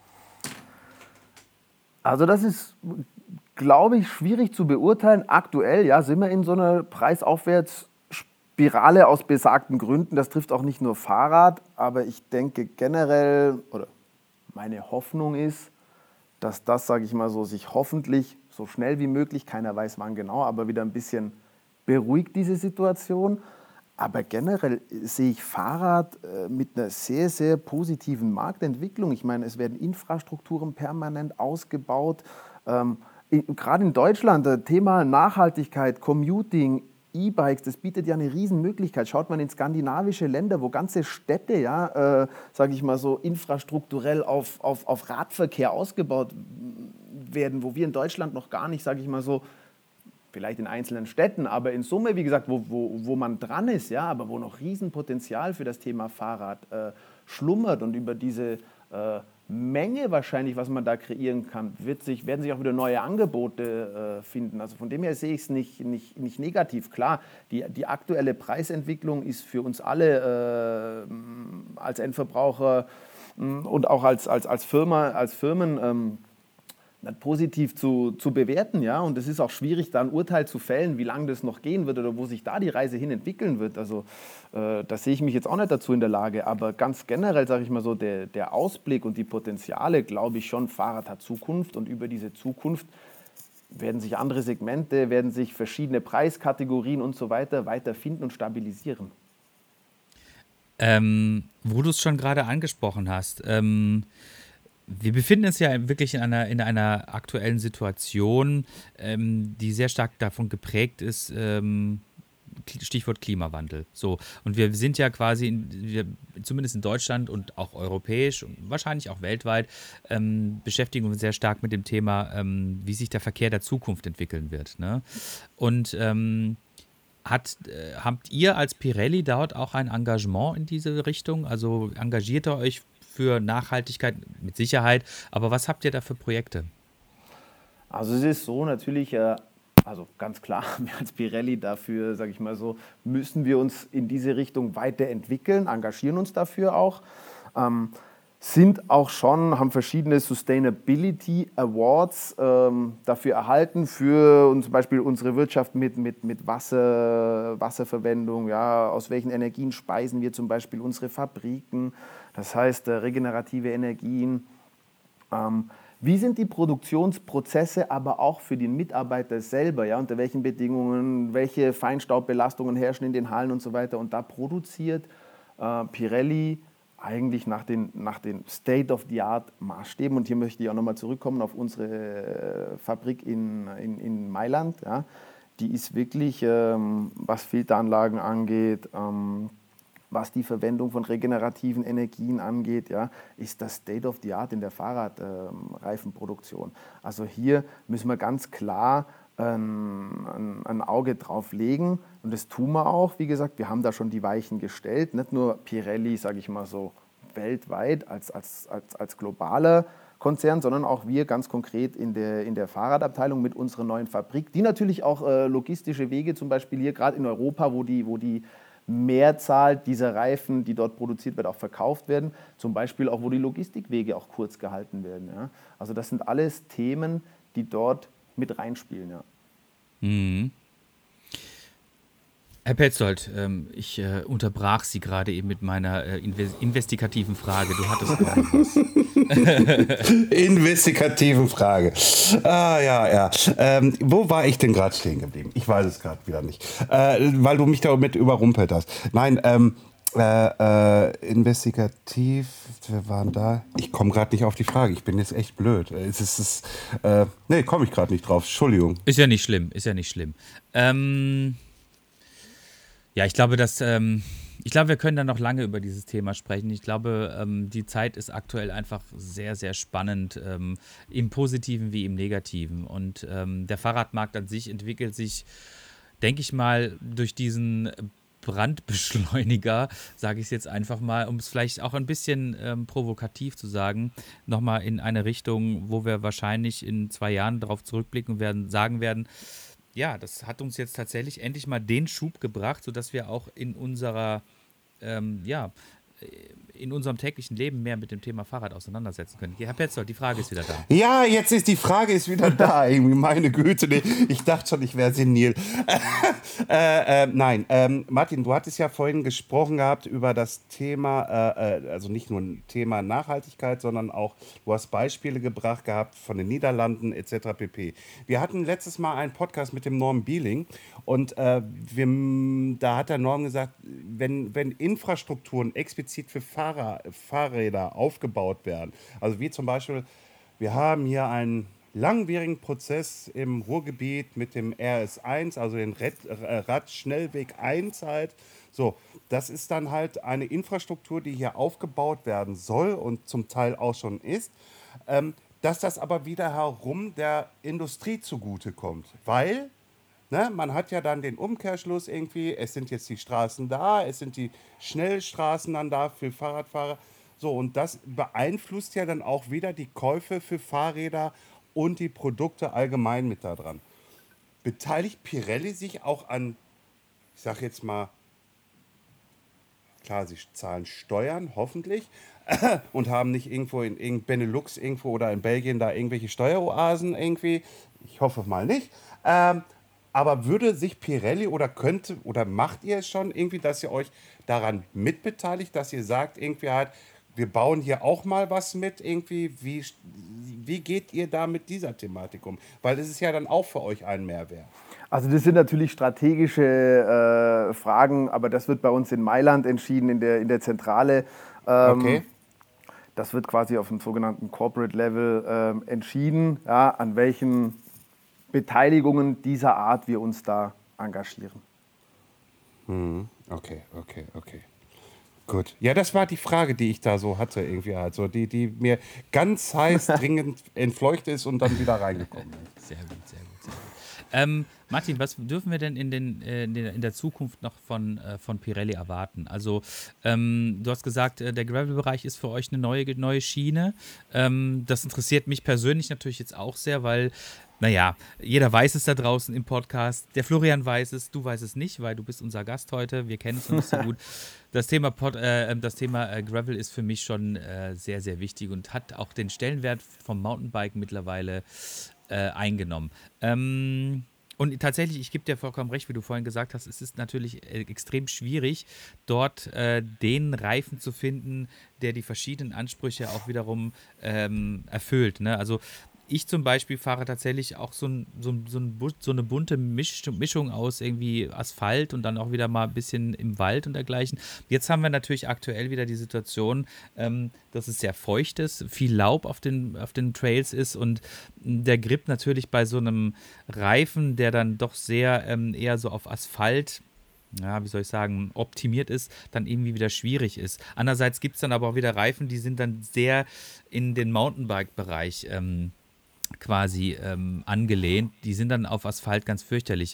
E: Also das ist, glaube ich, schwierig zu beurteilen. Aktuell, ja, sind wir in so einer Preisaufwärtsspirale aus besagten Gründen. Das trifft auch nicht nur Fahrrad, aber ich denke generell, oder meine Hoffnung ist, dass das, sage ich mal so, sich hoffentlich so schnell wie möglich, keiner weiß wann genau, aber wieder ein bisschen beruhigt diese Situation. Aber generell sehe ich Fahrrad äh, mit einer sehr, sehr positiven Marktentwicklung. Ich meine, es werden Infrastrukturen permanent ausgebaut. Ähm, in, gerade in Deutschland, das Thema Nachhaltigkeit, Commuting, E-Bikes, das bietet ja eine Riesenmöglichkeit. Schaut man in skandinavische Länder, wo ganze Städte, ja, äh, sage ich mal so, infrastrukturell auf, auf, auf Radverkehr ausgebaut werden, wo wir in Deutschland noch gar nicht, sage ich mal so, vielleicht in einzelnen Städten, aber in Summe, wie gesagt, wo, wo, wo man dran ist, ja, aber wo noch Riesenpotenzial für das Thema Fahrrad äh, schlummert und über diese äh, Menge wahrscheinlich, was man da kreieren kann, wird sich, werden sich auch wieder neue Angebote äh, finden. Also von dem her sehe ich es nicht, nicht, nicht negativ. Klar, die, die aktuelle Preisentwicklung ist für uns alle äh, als Endverbraucher mh, und auch als, als, als, Firma, als Firmen ähm, positiv zu, zu bewerten, ja, und es ist auch schwierig, da ein Urteil zu fällen, wie lange das noch gehen wird oder wo sich da die Reise hin entwickeln wird. Also äh, da sehe ich mich jetzt auch nicht dazu in der Lage, aber ganz generell, sage ich mal so, der, der Ausblick und die Potenziale, glaube ich schon, Fahrrad hat Zukunft und über diese Zukunft werden sich andere Segmente, werden sich verschiedene Preiskategorien und so weiter weiter finden und stabilisieren.
D: Ähm, wo du es schon gerade angesprochen hast, ähm, wir befinden uns ja wirklich in einer, in einer aktuellen Situation, ähm, die sehr stark davon geprägt ist, ähm, Stichwort Klimawandel. So, und wir sind ja quasi, in, wir, zumindest in Deutschland und auch europäisch und wahrscheinlich auch weltweit, ähm, beschäftigen uns sehr stark mit dem Thema, ähm, wie sich der Verkehr der Zukunft entwickeln wird. Ne? Und ähm, hat, äh, habt ihr als Pirelli dort auch ein Engagement in diese Richtung? Also engagiert ihr euch für Nachhaltigkeit mit Sicherheit, aber was habt ihr da für Projekte?
E: Also es ist so natürlich, äh, also ganz klar, wir als Pirelli dafür, sage ich mal so, müssen wir uns in diese Richtung weiterentwickeln, engagieren uns dafür auch, ähm, sind auch schon, haben verschiedene Sustainability Awards ähm, dafür erhalten, für und zum Beispiel unsere Wirtschaft mit, mit, mit Wasser, Wasserverwendung, ja, aus welchen Energien speisen wir zum Beispiel unsere Fabriken, das heißt äh, regenerative Energien. Ähm, wie sind die Produktionsprozesse aber auch für den Mitarbeiter selber, ja, unter welchen Bedingungen, welche Feinstaubbelastungen herrschen in den Hallen und so weiter, und da produziert äh, Pirelli eigentlich nach den, nach den State-of-the-Art-Maßstäben. Und hier möchte ich auch nochmal zurückkommen auf unsere Fabrik in, in, in Mailand. Ja. Die ist wirklich, ähm, was Filteranlagen angeht, ähm, was die Verwendung von regenerativen Energien angeht, ja, ist das State-of-the-Art in der Fahrradreifenproduktion. Ähm, also hier müssen wir ganz klar ein, ein, ein Auge drauf legen, und das tun wir auch. Wie gesagt, wir haben da schon die Weichen gestellt, nicht nur Pirelli, sage ich mal so, weltweit als, als, als, als globaler Konzern, sondern auch wir ganz konkret in der, in der Fahrradabteilung mit unserer neuen Fabrik, die natürlich auch äh, logistische Wege, zum Beispiel hier gerade in Europa, wo die, wo die Mehrzahl dieser Reifen, die dort produziert wird, auch verkauft werden, zum Beispiel auch, wo die Logistikwege auch kurz gehalten werden. Ja. Also das sind alles Themen, die dort mit reinspielen, ja.
D: Mhm. Herr Petzold, ähm, ich äh, unterbrach Sie gerade eben mit meiner äh, inve- investigativen Frage. Du hattest auch noch was.
C: Investigativen Frage. Ah, ja, ja. Ähm, wo war ich denn gerade stehen geblieben? Ich weiß es gerade wieder nicht. Äh, weil du mich damit überrumpelt hast. Nein, ähm, äh, äh, investigativ, wir waren da. Ich komme gerade nicht auf die Frage. Ich bin jetzt echt blöd. Es ist, es, äh, nee, komme ich gerade nicht drauf. Entschuldigung.
D: Ist ja nicht schlimm, ist ja nicht schlimm. Ähm, ja, ich glaube, dass, ähm, ich glaube, wir können da noch lange über dieses Thema sprechen. Ich glaube, ähm, die Zeit ist aktuell einfach sehr, sehr spannend, ähm, im Positiven wie im Negativen. Und ähm, der Fahrradmarkt an sich entwickelt sich, denke ich mal, durch diesen Brandbeschleuniger, sage ich es jetzt einfach mal, um es vielleicht auch ein bisschen ähm, provokativ zu sagen, nochmal in eine Richtung, wo wir wahrscheinlich in zwei Jahren darauf zurückblicken und werden, sagen werden, ja, das hat uns jetzt tatsächlich endlich mal den Schub gebracht, sodass wir auch in unserer, ähm, ja, in unserem täglichen Leben mehr mit dem Thema Fahrrad auseinandersetzen können. Herr Petzold, die Frage ist wieder da.
C: Ja, jetzt ist die Frage ist wieder da. Irgendwie, meine Güte, nee, ich dachte schon, ich wäre senil. äh, äh, nein, ähm, Martin, du hattest ja vorhin gesprochen gehabt über das Thema, äh, äh, also nicht nur ein Thema Nachhaltigkeit, sondern auch, du hast Beispiele gebracht gehabt von den Niederlanden et cetera pp. Wir hatten letztes Mal einen Podcast mit dem Norm Bieling und äh, wir, da hat der Norm gesagt, wenn, wenn Infrastrukturen explizit für Fahrer Fahrräder aufgebaut werden. Also wie zum Beispiel, wir haben hier einen langwierigen Prozess im Ruhrgebiet mit dem R S eins, also den Radschnellweg eins halt. So, das ist dann halt eine Infrastruktur, die hier aufgebaut werden soll und zum Teil auch schon ist, ähm, dass das aber wieder herum der Industrie zugutekommt, weil Ne, man hat ja dann den Umkehrschluss irgendwie, es sind jetzt die Straßen da, es sind die Schnellstraßen dann da für Fahrradfahrer. So, und das beeinflusst ja dann auch wieder die Käufe für Fahrräder und die Produkte allgemein mit da dran. Beteiligt Pirelli sich auch an, ich sag jetzt mal, klar, sie zahlen Steuern, hoffentlich, und haben nicht irgendwo in, in Benelux irgendwo oder in Belgien da irgendwelche Steueroasen irgendwie. Ich hoffe mal nicht. Ähm, Aber würde sich Pirelli oder könnte oder macht ihr es schon irgendwie, dass ihr euch daran mitbeteiligt, dass ihr sagt, irgendwie halt, wir bauen hier auch mal was mit, irgendwie, wie, wie geht ihr da mit dieser Thematik um? Weil es ist ja dann auch für euch ein Mehrwert.
E: Also das sind natürlich strategische äh, Fragen, aber das wird bei uns in Mailand entschieden, in der, in der Zentrale. Ähm,
C: Okay.
E: Das wird quasi auf dem sogenannten Corporate Level ähm, entschieden, ja, an welchen Beteiligungen dieser Art wir uns da engagieren.
C: Hm, okay, okay, okay. Gut. Ja, das war die Frage, die ich da so hatte, irgendwie halt. So, die, die mir ganz heiß dringend entfleucht ist und dann wieder reingekommen ist.
D: Sehr gut, sehr gut, sehr gut. Ähm, Martin, was dürfen wir denn in, den, äh, in, der, in der Zukunft noch von, äh, von Pirelli erwarten? Also, ähm, du hast gesagt, äh, der Gravel-Bereich ist für euch eine neue, neue Schiene. Ähm, das interessiert mich persönlich natürlich jetzt auch sehr, weil, naja, jeder weiß es da draußen im Podcast. Der Florian weiß es, du weißt es nicht, weil du bist unser Gast heute. Wir kennen es noch nicht so gut. Das Thema, Pod, äh, das Thema äh, Gravel ist für mich schon äh, sehr, sehr wichtig und hat auch den Stellenwert vom Mountainbiken mittlerweile äh, eingenommen. Ähm, und tatsächlich, ich gebe dir vollkommen recht, wie du vorhin gesagt hast, es ist natürlich äh, extrem schwierig, dort äh, den Reifen zu finden, der die verschiedenen Ansprüche auch wiederum ähm, erfüllt. Ne? Also ich zum Beispiel fahre tatsächlich auch so, ein, so, ein, so, ein, so eine bunte Misch, Mischung aus irgendwie Asphalt und dann auch wieder mal ein bisschen im Wald und dergleichen. Jetzt haben wir natürlich aktuell wieder die Situation, ähm, dass es sehr feucht ist, viel Laub auf den, auf den Trails ist und der Grip natürlich bei so einem Reifen, der dann doch sehr ähm, eher so auf Asphalt, ja, wie soll ich sagen, optimiert ist, dann irgendwie wieder schwierig ist. Andererseits gibt es dann aber auch wieder Reifen, die sind dann sehr in den Mountainbike-Bereich ähm, quasi ähm, angelehnt. Die sind dann auf Asphalt ganz fürchterlich.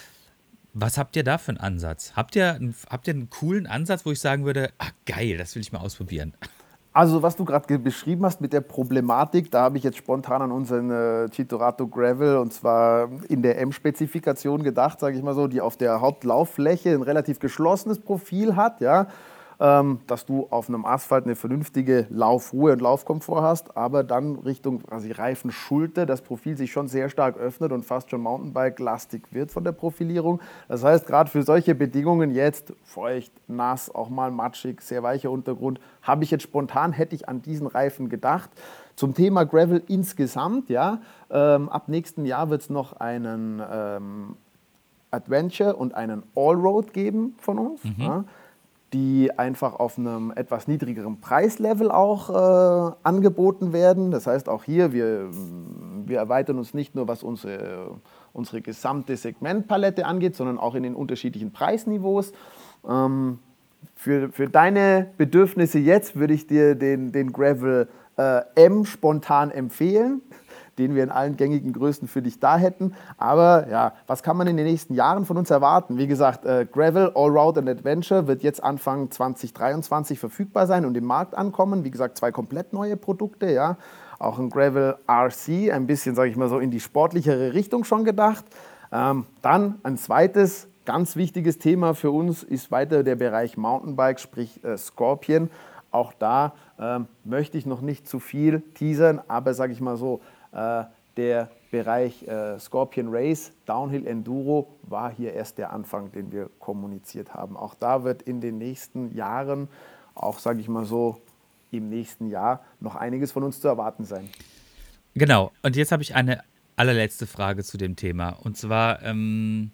D: Was habt ihr da für einen Ansatz? Habt ihr, einen, habt ihr einen coolen Ansatz, wo ich sagen würde, ach geil, das will ich mal ausprobieren?
E: Also was du gerade beschrieben hast mit der Problematik, da habe ich jetzt spontan an unseren äh, Citorato Gravel und zwar in der M-Spezifikation gedacht, sage ich mal so, die auf der Hauptlauffläche ein relativ geschlossenes Profil hat, ja, ähm, dass du auf einem Asphalt eine vernünftige Laufruhe und Laufkomfort hast, aber dann Richtung also Reifenschulter das Profil sich schon sehr stark öffnet und fast schon Mountainbike-lastig wird von der Profilierung. Das heißt, gerade für solche Bedingungen jetzt, feucht, nass, auch mal matschig, sehr weicher Untergrund, habe ich jetzt spontan, hätte ich an diesen Reifen gedacht. Zum Thema Gravel insgesamt, ja, ähm, ab nächsten Jahr wird es noch einen ähm, Adventure und einen Allroad geben von uns, mhm. ja, die einfach auf einem etwas niedrigeren Preislevel auch äh, angeboten werden. Das heißt, auch hier, wir, wir erweitern uns nicht nur, was unsere, unsere gesamte Segmentpalette angeht, sondern auch in den unterschiedlichen Preisniveaus. Ähm, für, für deine Bedürfnisse jetzt würde ich dir den, den Gravel äh, M spontan empfehlen, den wir in allen gängigen Größen für dich da hätten. Aber ja, was kann man in den nächsten Jahren von uns erwarten? Wie gesagt, äh, Gravel, Allroad and Adventure wird jetzt Anfang zwanzig dreiundzwanzig verfügbar sein und im Markt ankommen. Wie gesagt, zwei komplett neue Produkte, ja. Auch ein Gravel R C, ein bisschen, sage ich mal so, in die sportlichere Richtung schon gedacht. Ähm, dann ein zweites ganz wichtiges Thema für uns ist weiter der Bereich Mountainbike, sprich äh, Scorpion. Auch da ähm, möchte ich noch nicht zu viel teasern, aber sage ich mal so, äh, der Bereich äh, Scorpion Race, Downhill Enduro, war hier erst der Anfang, den wir kommuniziert haben. Auch da wird in den nächsten Jahren, auch sage ich mal so, im nächsten Jahr noch einiges von uns zu erwarten sein.
D: Genau, und jetzt habe ich eine allerletzte Frage zu dem Thema. Und zwar, ähm,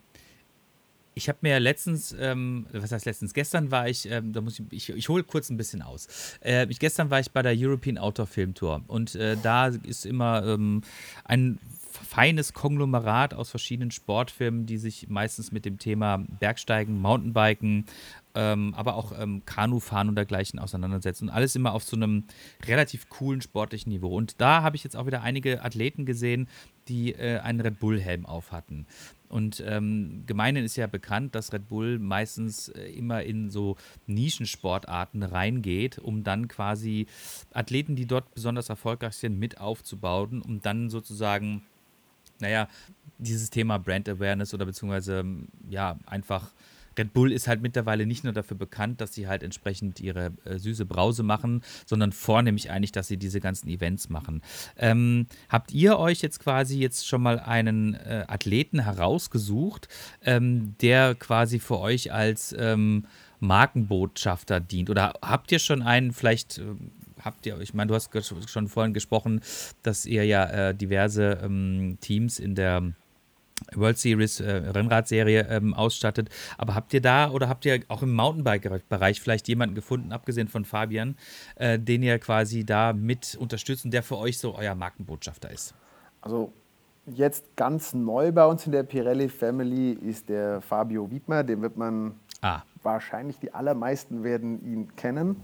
D: ich habe mir letztens, ähm, was heißt letztens, gestern war ich, ähm, da muss ich, ich, ich hole kurz ein bisschen aus. Äh, ich, gestern war ich bei der European Outdoor Film Tour und äh, da ist immer ähm, ein feines Konglomerat aus verschiedenen Sportfilmen, die sich meistens mit dem Thema Bergsteigen, Mountainbiken, ähm, aber auch ähm, Kanufahren und dergleichen auseinandersetzen. Und alles immer auf so einem relativ coolen sportlichen Niveau. Und da habe ich jetzt auch wieder einige Athleten gesehen, die äh, einen Red Bull-Helm auf hatten. Und ähm, gemeinhin ist ja bekannt, dass Red Bull meistens äh, immer in so Nischensportarten reingeht, um dann quasi Athleten, die dort besonders erfolgreich sind, mit aufzubauen, um dann sozusagen, naja, dieses Thema Brand Awareness oder beziehungsweise, ja, einfach Red Bull ist halt mittlerweile nicht nur dafür bekannt, dass sie halt entsprechend ihre äh, süße Brause machen, sondern vornehmlich eigentlich, dass sie diese ganzen Events machen. Ähm, habt ihr euch jetzt quasi jetzt schon mal einen äh, Athleten herausgesucht, ähm, der quasi für euch als ähm, Markenbotschafter dient? Oder habt ihr schon einen, vielleicht äh, habt ihr, ich meine, du hast ges- schon vorhin gesprochen, dass ihr ja äh, diverse ähm, Teams in der World Series äh, Rennradserie ähm, ausstattet. Aber habt ihr da oder habt ihr auch im Mountainbike-Bereich vielleicht jemanden gefunden, abgesehen von Fabian, äh, den ihr quasi da mit unterstützt und der für euch so euer Markenbotschafter ist?
E: Also jetzt ganz neu bei uns in der Pirelli Family ist der Fabio Wiedmer, den wird man
D: Ah,
E: wahrscheinlich, die allermeisten werden ihn kennen.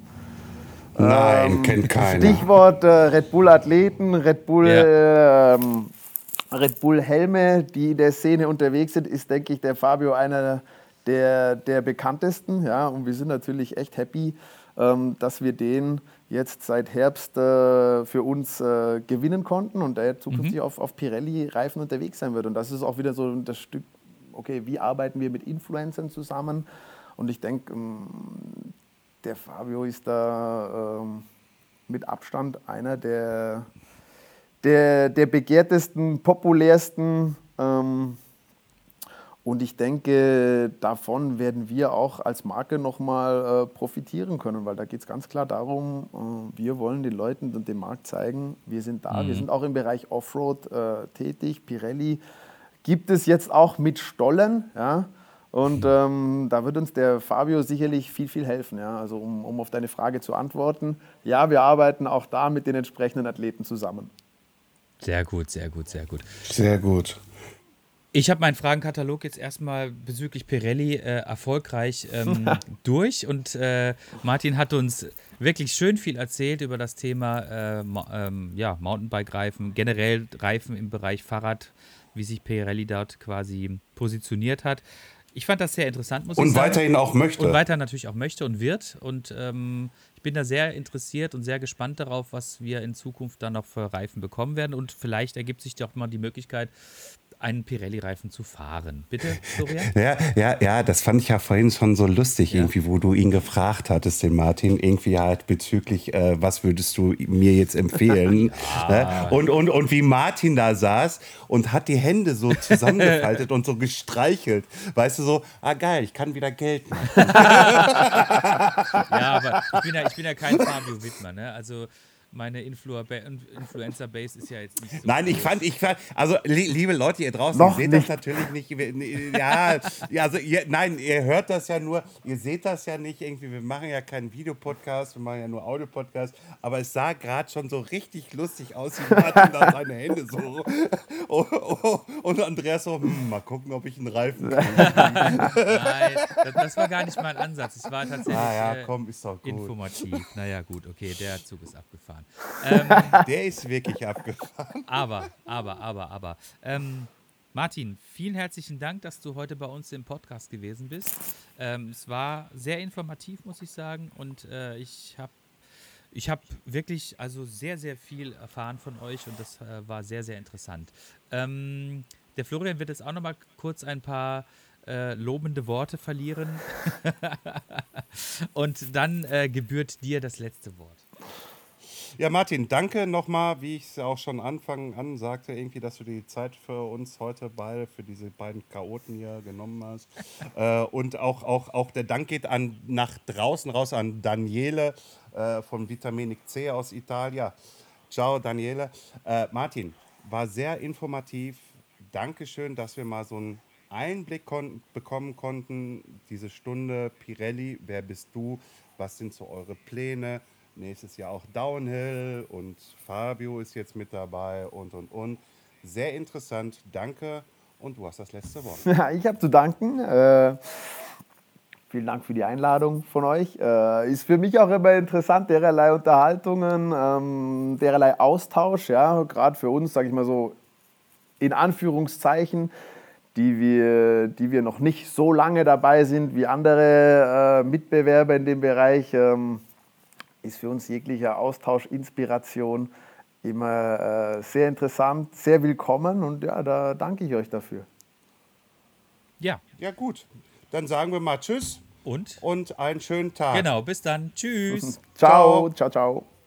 C: Nein,
E: Ähm,
C: kennt keiner.
E: Stichwort äh, Red Bull Athleten, Red Bull,
D: Ja.
E: ähm, Red Bull Helme, die in der Szene unterwegs sind, ist, denke ich, der Fabio einer der, der bekanntesten. Ja, und wir sind natürlich echt happy, ähm, dass wir den jetzt seit Herbst äh, für uns äh, gewinnen konnten und der zukünftig
D: Mhm.
E: auf, auf Pirelli-Reifen unterwegs sein wird. Und das ist auch wieder so das Stück, okay, wie arbeiten wir mit Influencern zusammen? Und ich denke, ähm, der Fabio ist da ähm, mit Abstand einer der, der, der begehrtesten, populärsten. Ähm, und ich denke, davon werden wir auch als Marke nochmal äh, profitieren können, weil da geht es ganz klar darum, äh, wir wollen den Leuten und dem Markt zeigen, wir sind da, wir sind auch im Bereich Offroad äh, tätig. Pirelli gibt es jetzt auch mit Stollen, ja. Und ähm, da wird uns der Fabio sicherlich viel, viel helfen. Ja? Also um, um auf deine Frage zu antworten, ja, wir arbeiten auch da mit den entsprechenden Athleten zusammen.
D: Sehr gut, sehr gut, sehr gut.
C: Sehr gut.
D: Ich habe meinen Fragenkatalog jetzt erstmal bezüglich Pirelli äh, erfolgreich ähm, durch und äh, Martin hat uns wirklich schön viel erzählt über das Thema äh, Ma- ähm, ja, Mountainbike-Reifen, generell Reifen im Bereich Fahrrad, wie sich Pirelli dort quasi positioniert hat. Ich fand das sehr interessant, muss ich
C: Und
D: sagen.
C: weiterhin auch möchte.
D: Und weiter natürlich auch möchte und wird. Und ähm, ich bin da sehr interessiert und sehr gespannt darauf, was wir in Zukunft dann noch für Reifen bekommen werden. Und vielleicht ergibt sich doch mal die Möglichkeit, einen Pirelli-Reifen zu fahren. Bitte, Florian?
C: Ja, ja, ja, das fand ich ja vorhin schon so lustig,
D: Ja.
C: irgendwie, wo du ihn gefragt hattest, den Martin, irgendwie halt bezüglich, äh, was würdest du mir jetzt empfehlen? Ne? Und, und, und wie Martin da saß und hat die Hände so zusammengefaltet und so gestreichelt. Weißt du, so, ah geil, ich kann wieder Geld machen.
D: Ja, aber ich bin ja, ich bin ja kein Fabio Wittmann, ne? Also meine Influ- Influencer-Base ist ja jetzt nicht so
C: Nein, ich
D: groß.
C: fand, ich fand, also li liebe Leute, ihr draußen,
E: Noch
C: ihr seht
E: nicht.
C: das natürlich nicht. Ja, ja, also ihr, nein, ihr hört das ja nur, ihr seht das ja nicht irgendwie. Wir machen ja keinen Videopodcast, wir machen ja nur Audiopodcast. Aber es sah gerade schon so richtig lustig aus, wie Martin da seine Hände so. Oh, oh, und Andreas so, hm, mal gucken, ob ich einen Reifen kriege.
D: Nein, das, das war gar nicht mein Ansatz. Es war tatsächlich
C: Ah ja,
D: äh,
C: komm, ist doch gut.
D: informativ. Naja, gut, okay, der Zug ist abgefahren. Ähm,
C: Der ist wirklich abgefahren.
D: aber, aber, aber, aber. Ähm, Martin, vielen herzlichen Dank, dass du heute bei uns im Podcast gewesen bist. Ähm, es war sehr informativ, muss ich sagen. Und äh, ich habe ich hab wirklich also sehr, sehr viel erfahren von euch und das äh, war sehr, sehr interessant. Ähm, der Florian wird jetzt auch noch mal kurz ein paar äh, lobende Worte verlieren. Und dann äh, gebührt dir das letzte Wort.
C: Ja, Martin, danke nochmal, wie ich es auch schon Anfang an sagte, irgendwie, dass du die Zeit für uns heute beide, für diese beiden Chaoten hier genommen hast. äh, und auch, auch, auch der Dank geht an, nach draußen raus an Daniele äh, von Vitaminik C aus Italien. Ciao, Daniele. Äh, Martin, war sehr informativ. Dankeschön, dass wir mal so einen Einblick kon- bekommen konnten. Diese Stunde Pirelli, wer bist du? Was sind so eure Pläne? Nächstes Jahr auch Downhill und Fabio ist jetzt mit dabei und, und, und. Sehr interessant, danke und du hast das letzte Wort.
E: Ja, ich habe zu danken. Äh, vielen Dank für die Einladung von euch. Äh, ist für mich auch immer interessant, derlei Unterhaltungen, ähm, derlei Austausch, ja, gerade für uns, sage ich mal so, in Anführungszeichen, die wir, die wir noch nicht so lange dabei sind wie andere äh, Mitbewerber in dem Bereich. Ähm, ist für uns jeglicher Austausch, Inspiration immer äh, sehr interessant, sehr willkommen und ja, da danke ich euch dafür.
D: Ja.
C: Ja gut, dann sagen wir mal Tschüss
D: Und?
C: und einen schönen Tag.
D: Genau, bis dann. Tschüss.
E: Ciao, ciao, ciao.